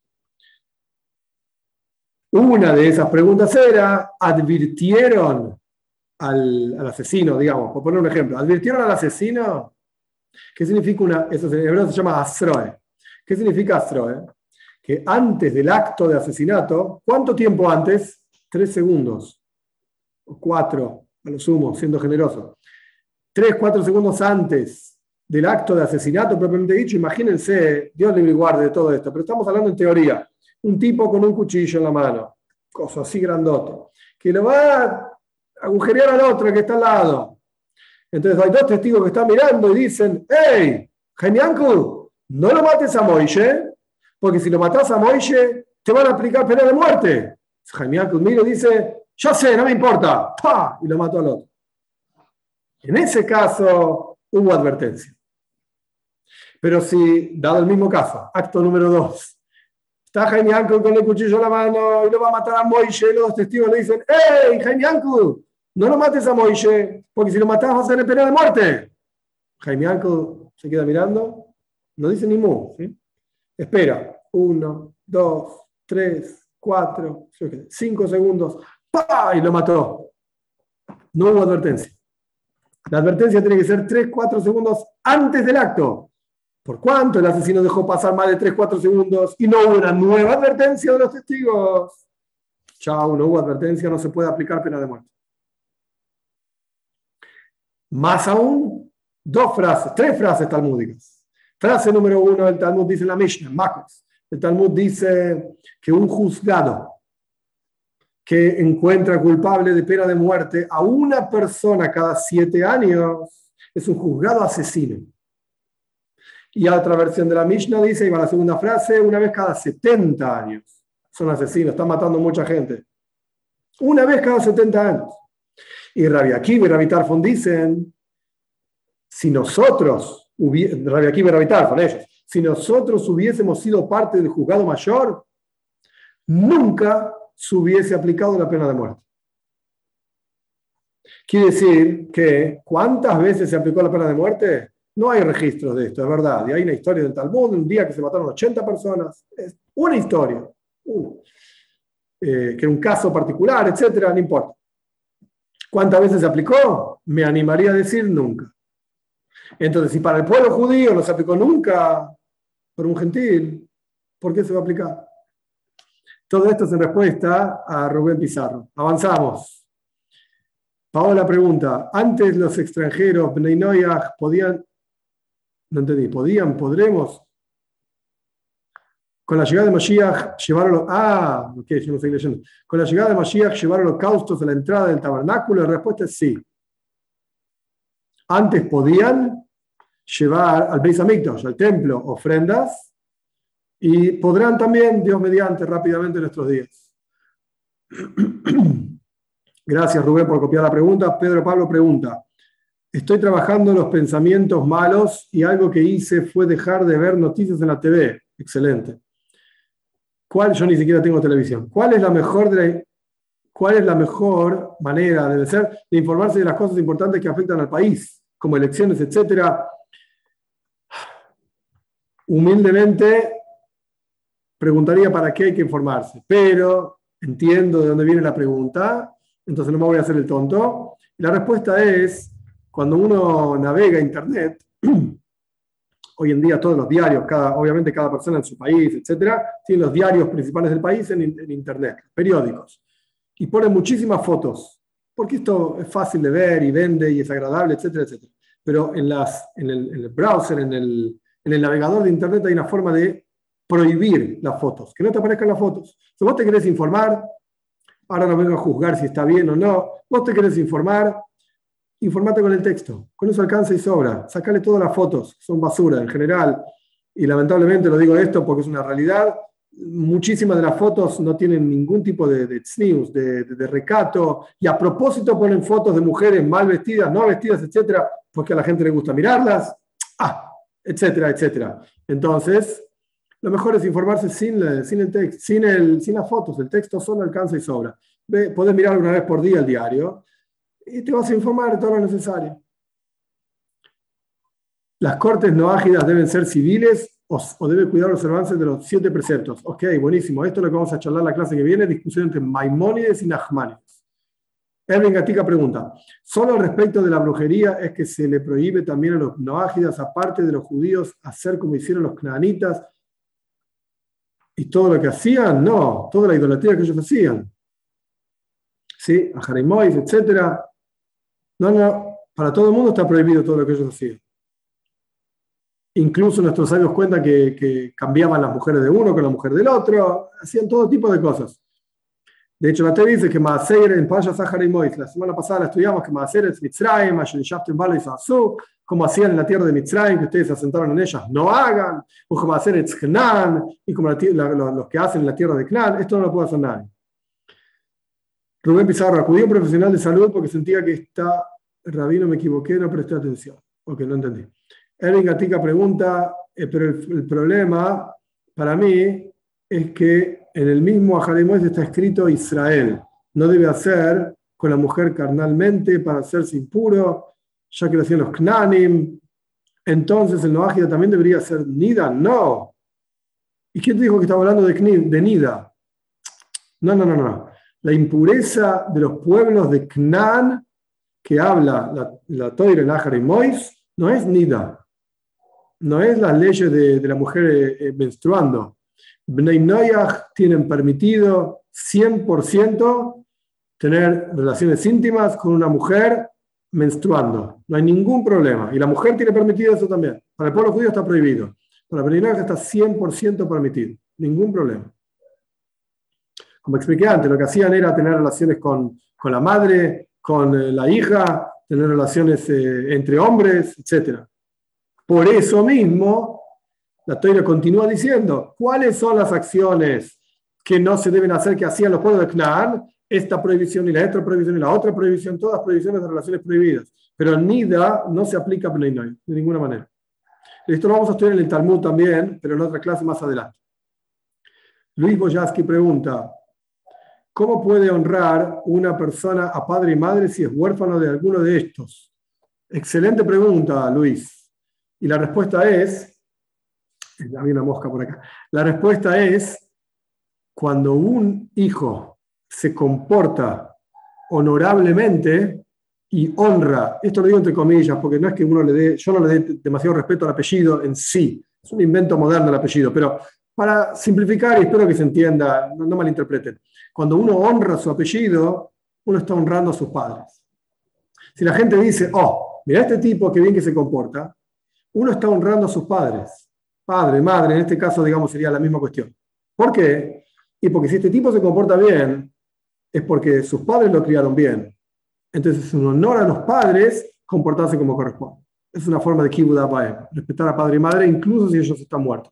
Una de esas preguntas era, ¿advirtieron al, al asesino, digamos, por poner un ejemplo? ¿Advirtieron al asesino? ¿Qué significa una? Eso en hebreo se llama asroe. ¿Qué significa asroe? Que antes del acto de asesinato, ¿cuánto tiempo antes? Tres segundos, o cuatro, a lo sumo, siendo generoso. Tres, cuatro segundos antes del acto de asesinato, propiamente dicho, imagínense, Dios libre y guarde de todo esto, pero estamos hablando en teoría, un tipo con un cuchillo en la mano, cosa así grandote, que lo va a agujerear al otro que está al lado. Entonces hay dos testigos que están mirando y dicen, hey, Jaimianku, no lo mates a Moishe, porque si lo matas a Moishe, te van a aplicar pena de muerte. Jaimianku mira y dice, yo sé, no me importa, ¡pah! Y lo mató al otro. En ese caso hubo advertencia. Pero si, dado el mismo caso, acto número dos, está Jaimianku con el cuchillo en la mano y lo va a matar a Moishe, los dos testigos le dicen, hey, Jaimianku, no lo mates a Moishe, porque si lo matas vas a tener pena de muerte. Jaimianku se queda mirando, no dice ni mu, ¿sí? Espera, uno, dos, tres, cuatro, cinco segundos, ¡pah! Y lo mató. No hubo advertencia. La advertencia tiene que ser tres, cuatro segundos antes del acto. ¿Por cuánto el asesino dejó pasar más de tres, cuatro segundos y no hubo una nueva advertencia de los testigos? Chao, no hubo advertencia, no se puede aplicar pena de muerte. Más aún, dos frases, tres frases talmúdicas. Frase número uno, el Talmud dice en la Mishnah, Makos. El Talmud dice que un juzgado que encuentra culpable de pena de muerte a una persona cada siete años es un juzgado asesino. Y a otra versión de la Mishnah dice, y va la segunda frase, una vez cada setenta años. Son asesinos, están matando mucha gente. Una vez cada setenta años. Y Rabbi Akiva y Rabbi Tarfon dicen, si nosotros, Rabbi Akiva y Rabbi Tarfon, ellos, si nosotros hubiésemos sido parte del juzgado mayor, nunca se hubiese aplicado la pena de muerte. Quiere decir que, ¿cuántas veces se aplicó la pena de muerte? No hay registros de esto, es verdad. Y hay una historia del Talmud, un día que se mataron ochenta personas. Es una historia. Uh, eh, que era un caso particular, etcétera, no importa. ¿Cuántas veces se aplicó? Me animaría a decir nunca. Entonces, si para el pueblo judío no se aplicó nunca por un gentil, ¿por qué se va a aplicar? Todo esto es en respuesta a Rubén Pizarro. Avanzamos. Paola pregunta, antes los extranjeros, Bnei Noyaj, podían, no entendí, podían, podremos, con la llegada de Mashiach llevar los, ah, ok, yo no estoy leyendo, con la llegada de Mashiach llevar holocaustos a la entrada del tabernáculo, la respuesta es sí. Antes podían llevar al Beis Hamikdash, al templo, ofrendas, y podrán también, Dios mediante, rápidamente en nuestros días. Gracias, Rubén, por copiar la pregunta. Pedro Pablo pregunta, estoy trabajando en los pensamientos malos y algo que hice fue dejar de ver noticias en la T V. Excelente. ¿Cuál? Yo ni siquiera tengo televisión. ¿Cuál es la mejor, de la, cuál es la mejor manera, debe ser, de informarse de las cosas importantes que afectan al país, como elecciones, etcétera? Humildemente, preguntaría para qué hay que informarse, pero entiendo de dónde viene la pregunta, entonces no me voy a hacer el tonto. La respuesta es, cuando uno navega Internet, hoy en día todos los diarios, cada, obviamente cada persona en su país, etcétera, tiene los diarios principales del país en, en Internet, periódicos. y ponen muchísimas fotos, porque esto es fácil de ver y vende y es agradable, etcétera, etcétera. Pero en, las, en, el, en el browser, en el, en el navegador de internet hay una forma de prohibir las fotos, que no te aparezcan las fotos. Si vos te querés informar, ahora no vengo a juzgar si está bien o no, vos te querés informar, informate con el texto, con eso alcanza y sobra, sacale todas las fotos, son basura en general, y lamentablemente lo digo esto porque es una realidad, muchísimas de las fotos no tienen ningún tipo de, de tznius, de, de, de recato, y a propósito ponen fotos de mujeres mal vestidas, no vestidas, etcétera, porque a la gente le gusta mirarlas, ah, etcétera, etcétera. Entonces, lo mejor es informarse sin, sin el texto, sin, el, sin las fotos, el texto solo alcanza y sobra. Ve, podés mirar una vez por día el diario y te vas a informar de todo lo necesario. Las cortes no ágidas deben ser civiles o, o debe cuidar la observancia de los siete preceptos. Ok, buenísimo. Esto es lo que vamos a charlar la clase que viene, discusión entre Maimónides y Nachmanides. Erwin Gatica pregunta, ¿solo respecto de la brujería es que se le prohíbe también a los noágidas, aparte de los judíos, hacer como hicieron los canaanitas y todo lo que hacían? No, toda la idolatría que ellos hacían. ¿Sí? A Jeremías, etcétera. No, no, para todo el mundo está prohibido todo lo que ellos hacían. Incluso nuestros sabios cuentan que, que cambiaban las mujeres de uno con la mujer del otro, hacían todo tipo de cosas. De hecho, la Torá dice que Maaser en Parashat Zachar y Mois, la semana pasada la estudiamos, que Maaser es Mitzrayim, como hacían en la tierra de Mitzrayim, que ustedes se asentaron en ellas, no hagan, o como Maaser es Cnan, y como la, la, los que hacen en la tierra de Cnan, esto no lo puede hacer nadie. Rubén Pizarro, acudí a un profesional de salud porque sentía que está, rabino, me equivoqué, no presté atención. Ok, no entendí. Erwin Gatica pregunta, eh, pero el, el problema para mí es que en el mismo Ajarimois está escrito Israel. No debe hacer con la mujer carnalmente para hacerse impuro, ya que lo hacían los Knanim. Entonces el Noágida también debería ser Nida. No. ¿Y quién te dijo que estaba hablando de, de Nida? No, no, no, no. La impureza de los pueblos de Cnan que habla la, la Torá en Ajarimois no es Nida. No es las leyes de, de la mujer eh, menstruando. Bnei Noyaj tienen permitido cien por ciento tener relaciones íntimas con una mujer menstruando. No hay ningún problema. Y la mujer tiene permitido eso también. Para el pueblo judío está prohibido. Para Bnei Noyaj está cien por ciento permitido. Ningún problema. Como expliqué antes, lo que hacían era tener relaciones con, con la madre, con eh, la hija, tener relaciones eh, entre hombres, etcétera. Por eso mismo, la Torá continúa diciendo, ¿cuáles son las acciones que no se deben hacer que hacían los pueblos de Canaán? Esta prohibición y la otra prohibición y la otra prohibición, todas prohibiciones de relaciones prohibidas. Pero Nida no se aplica a Bnei Noyaj, de ninguna manera. Esto lo vamos a estudiar en el Talmud también, pero en otra clase más adelante. Luis Boyaski pregunta, ¿cómo puede honrar una persona a padre y madre si es huérfano de alguno de estos? Excelente pregunta, Luis. Y la respuesta es, había una mosca por acá, la respuesta es, cuando un hijo se comporta honorablemente y honra, esto lo digo entre comillas, porque no es que uno le dé, yo no le dé demasiado respeto al apellido en sí, es un invento moderno el apellido, pero para simplificar, y espero que se entienda, no, no malinterpreten, cuando uno honra su apellido, uno está honrando a sus padres. Si la gente dice, oh, mira este tipo, qué bien que se comporta, uno está honrando a sus padres. Padre, madre, en este caso, digamos, sería la misma cuestión. ¿Por qué? Y porque si este tipo se comporta bien, es porque sus padres lo criaron bien. Entonces es un honor a los padres comportarse como corresponde. Es una forma de kibbud abayim, respetar a padre y madre, incluso si ellos están muertos.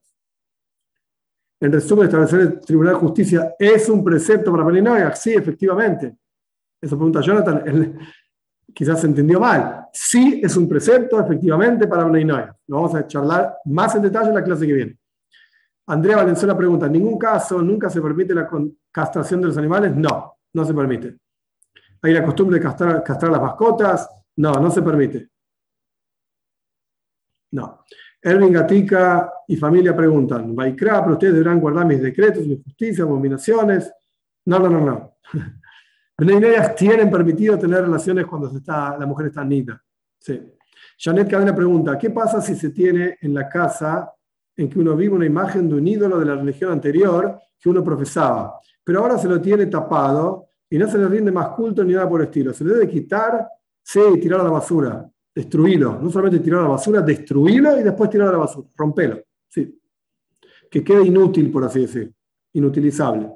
En resumen, establecer el Tribunal de Justicia es un precepto para Bnei Noyaj. Sí, efectivamente. Esa pregunta Jonathan, él, quizás se entendió mal. Sí, es un precepto, efectivamente, para Bnei Noyaj. Lo vamos a charlar más en detalle en la clase que viene. Andrea Valenzuela pregunta, ¿en ningún caso nunca se permite la castración de los animales? No, no se permite. ¿Hay la costumbre de castrar, castrar las mascotas? No, no se permite. No. Erwin Gatica y familia preguntan, Vaikra, pero ustedes deberán guardar mis decretos, mis justicias, abominaciones. No, no, no, no. Bnei Noyaj tienen permitido tener relaciones cuando se está, la mujer está nida. Sí. Janet Cadena pregunta, ¿qué pasa si se tiene en la casa en que uno vive una imagen de un ídolo de la religión anterior que uno profesaba, pero ahora se lo tiene tapado y no se le rinde más culto ni nada por el estilo. Se le debe quitar, sí, tirar a la basura, destruirlo. No solamente tirar a la basura, destruirlo y después tirar a la basura, rompelo. Sí. Que quede inútil, por así decir, inutilizable.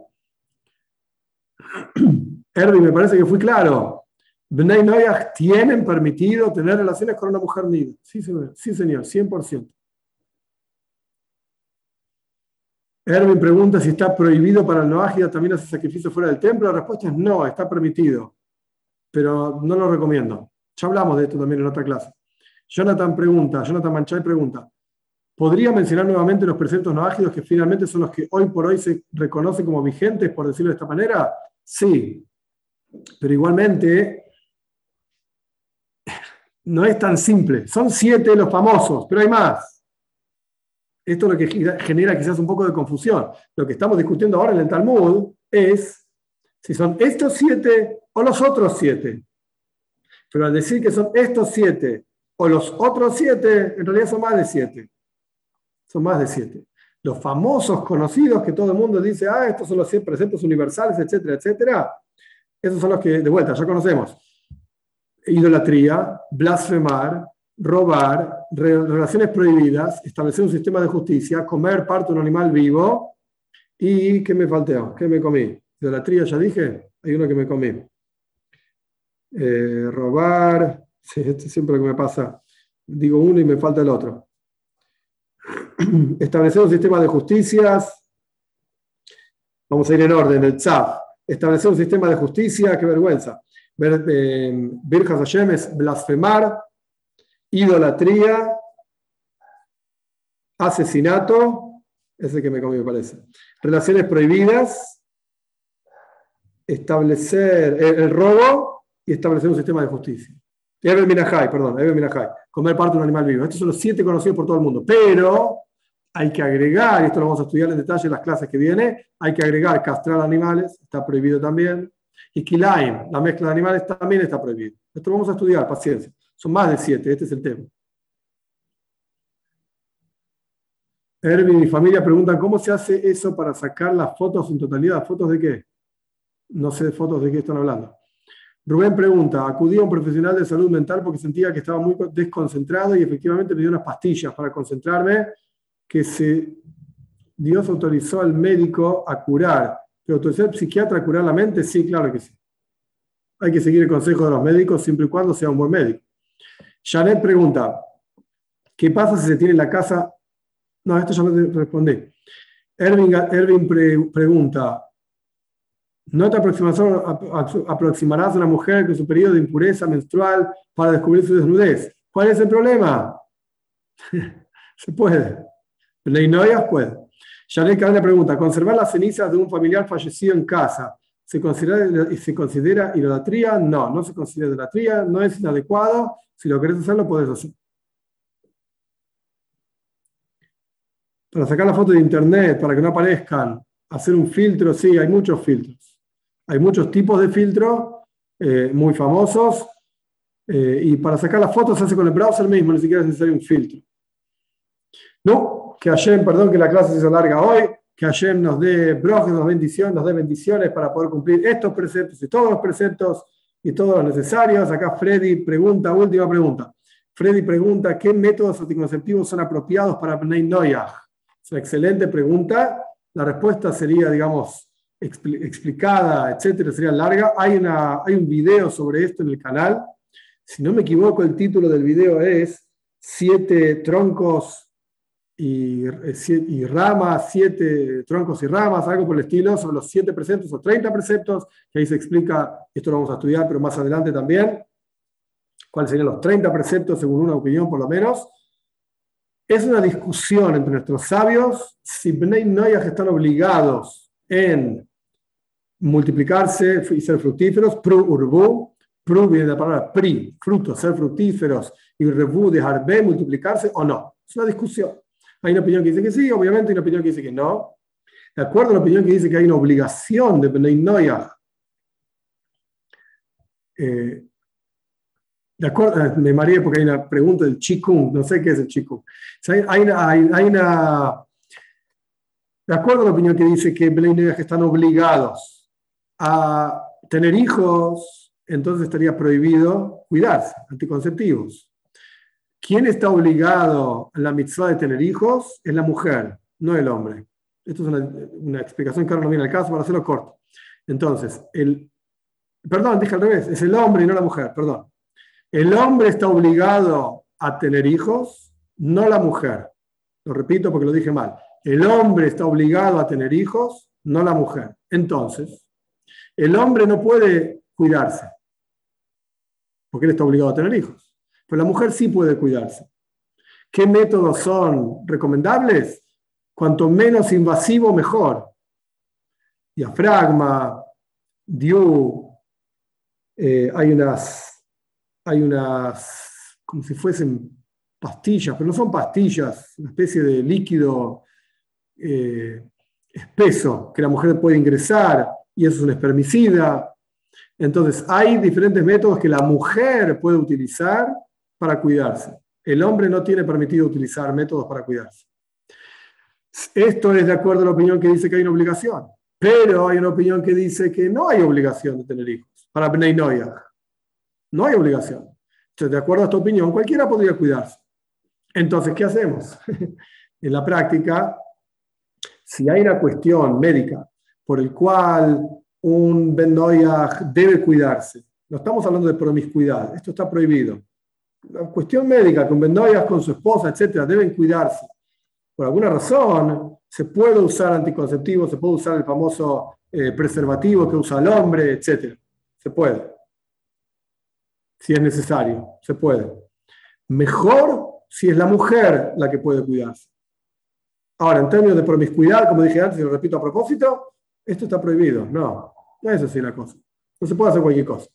Erwin, me parece que fui claro. Bnei Noyaj tienen permitido tener relaciones con una mujer nida. Sí, señor, sí, señor, cien por ciento. Erwin pregunta si está prohibido para el noágida también hacer sacrificio fuera del templo. La respuesta es no, está permitido, pero no lo recomiendo. Ya hablamos de esto también en otra clase. Jonathan pregunta, Jonathan Manchay pregunta, ¿podría mencionar nuevamente los preceptos noágidos que finalmente son los que hoy por hoy se reconocen como vigentes, por decirlo de esta manera? Sí, pero igualmente no es tan simple. Son siete los famosos, pero hay más. Esto es lo que genera quizás un poco de confusión. Lo que estamos discutiendo ahora en el Talmud es si son estos siete o los otros siete. Pero al decir que son estos siete o los otros siete, en realidad son más de siete. Son más de siete. Los famosos conocidos que todo el mundo dice, ah, estos son los siete preceptos universales, etcétera, etcétera. Esos son los que, de vuelta, ya conocemos. Idolatría, blasfemar, robar, relaciones prohibidas, establecer un sistema de justicia, comer parte de un animal vivo y ¿qué me faltó? ¿Qué me comí? Idolatría, ya dije, hay uno que me comí. Eh, robar, sí, esto es siempre lo que me pasa. Digo uno y me falta el otro. Establecer un sistema de justicias. Vamos a ir en orden, el tzaf. Establecer un sistema de justicia, qué vergüenza. Birjas Hashem es blasfemar, idolatría, asesinato, ese que me comí me parece, relaciones prohibidas, establecer el, el robo y establecer un sistema de justicia. Eber Minahai, perdón, Eber Minahai, comer parte de un animal vivo. Estos son los siete conocidos por todo el mundo, pero hay que agregar, y esto lo vamos a estudiar en detalle en las clases que vienen, hay que agregar castrar animales, está prohibido también, y kilaim, la mezcla de animales también está prohibido. Esto lo vamos a estudiar, paciencia. Son más de siete, este es el tema. Erwin y familia preguntan, ¿cómo se hace eso para sacar las fotos en totalidad? ¿Fotos de qué? No sé de fotos de qué están hablando. Rubén pregunta, acudí a un profesional de salud mental porque sentía que estaba muy desconcentrado y efectivamente me dio unas pastillas para concentrarme que se, Dios autorizó al médico a curar. ¿Pero autorizó al psiquiatra a curar la mente? Sí, claro que sí. Hay que seguir el consejo de los médicos siempre y cuando sea un buen médico. Janet pregunta, ¿qué pasa si se tiene la casa? No, esto ya lo respondí. Erwin, Erwin pre, pregunta, ¿no te aproximarás a una mujer con su periodo de impureza menstrual para descubrir su desnudez? ¿Cuál es el problema? Se puede. Leinoyas puede. Janet Cadena pregunta, ¿conservar las cenizas de un familiar fallecido en casa ¿se considera, ¿se considera idolatría? No, no se considera idolatría, no es inadecuado. Si lo querés hacer, lo podés hacer. Para sacar la foto de internet, para que no aparezcan, hacer un filtro, sí, hay muchos filtros. Hay muchos tipos de filtros eh, muy famosos eh, y para sacar las fotos se hace con el browser mismo, ni siquiera es necesario un filtro. No, que Hashem, perdón que la clase se hizo larga hoy, que Hashem nos dé brojes, nos bendiciones, nos dé bendiciones para poder cumplir estos preceptos y todos los preceptos y todos los necesarios. Acá Freddy pregunta, última pregunta. Freddy pregunta, ¿qué métodos anticonceptivos son apropiados para Bnei Noyaj? Es una excelente pregunta. La respuesta sería, digamos, expl explicada, etcétera, sería larga. Hay, una, hay un video sobre esto en el canal. Si no me equivoco, el título del video es Siete troncos y, y ramas, siete troncos y ramas, algo por el estilo, sobre los siete preceptos o treinta preceptos, que ahí se explica, esto lo vamos a estudiar, pero más adelante también, cuáles serían los treinta preceptos según una opinión por lo menos. Es una discusión entre nuestros sabios si Bnei Noyaj están obligados en multiplicarse y ser fructíferos, pru urbu, pru viene de la palabra pri, frutos, ser fructíferos, y rebu de harbe, multiplicarse o no. Es una discusión. Hay una opinión que dice que sí, obviamente hay una opinión que dice que no. De acuerdo a la opinión que dice que hay una obligación de Bnei Noyaj, eh, de acuerdo, me mareé porque hay una pregunta del Chikung, no sé qué es el Chikung. O sea, hay, una, hay, hay una, de acuerdo a la opinión que dice que Bnei Noyaj están obligados a tener hijos, entonces estaría prohibido cuidarse, anticonceptivos. ¿Quién está obligado a la mitzvah de tener hijos? Es la mujer, no el hombre. Esto es una, una explicación que ahora no viene al caso para hacerlo corto. Entonces, el, perdón, dije al revés, es el hombre y no la mujer, perdón. El hombre está obligado a tener hijos, no la mujer. Lo repito porque lo dije mal. El hombre está obligado a tener hijos, no la mujer. Entonces, el hombre no puede cuidarse, porque él está obligado a tener hijos. Pero la mujer sí puede cuidarse. ¿Qué métodos son recomendables? Cuanto menos invasivo, mejor. Diafragma, D I U, eh, hay unas, hay unas, como si fuesen pastillas, pero no son pastillas, una especie de líquido eh, espeso que la mujer puede ingresar, y eso es un espermicida. Entonces, hay diferentes métodos que la mujer puede utilizar para cuidarse. El hombre no tiene permitido utilizar métodos para cuidarse. Esto es de acuerdo a la opinión que dice que hay una obligación. Pero hay una opinión que dice que no hay obligación de tener hijos para Bnei Noyaj. No hay obligación. Entonces, de acuerdo a esta opinión, cualquiera podría cuidarse. Entonces, ¿qué hacemos? En la práctica, si hay una cuestión médica por el cual un Ben Noyaj debe cuidarse, no estamos hablando de promiscuidad, esto está prohibido. La cuestión médica, con Ben Noyaj, con su esposa, etcétera, deben cuidarse. Por alguna razón, se puede usar anticonceptivos, se puede usar el famoso eh, preservativo que usa el hombre, etcétera. Se puede. Si es necesario, se puede. Mejor si es la mujer la que puede cuidarse. Ahora, en términos de promiscuidad, como dije antes y lo repito a propósito, esto está prohibido. No, no es así la cosa. No se puede hacer cualquier cosa.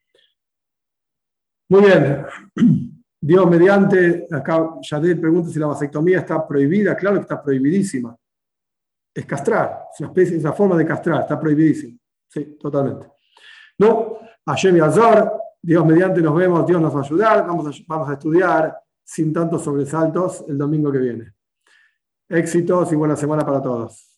Muy bien. Dios mediante, acá Yadel pregunta si la vasectomía está prohibida. Claro que está prohibidísima. Es castrar, es una especie, es una forma de castrar, está prohibidísima. Sí, totalmente. No, Hashem Yazor, Dios mediante nos vemos, Dios nos va a ayudar, vamos a, vamos a estudiar sin tantos sobresaltos el domingo que viene. Éxitos y buena semana para todos.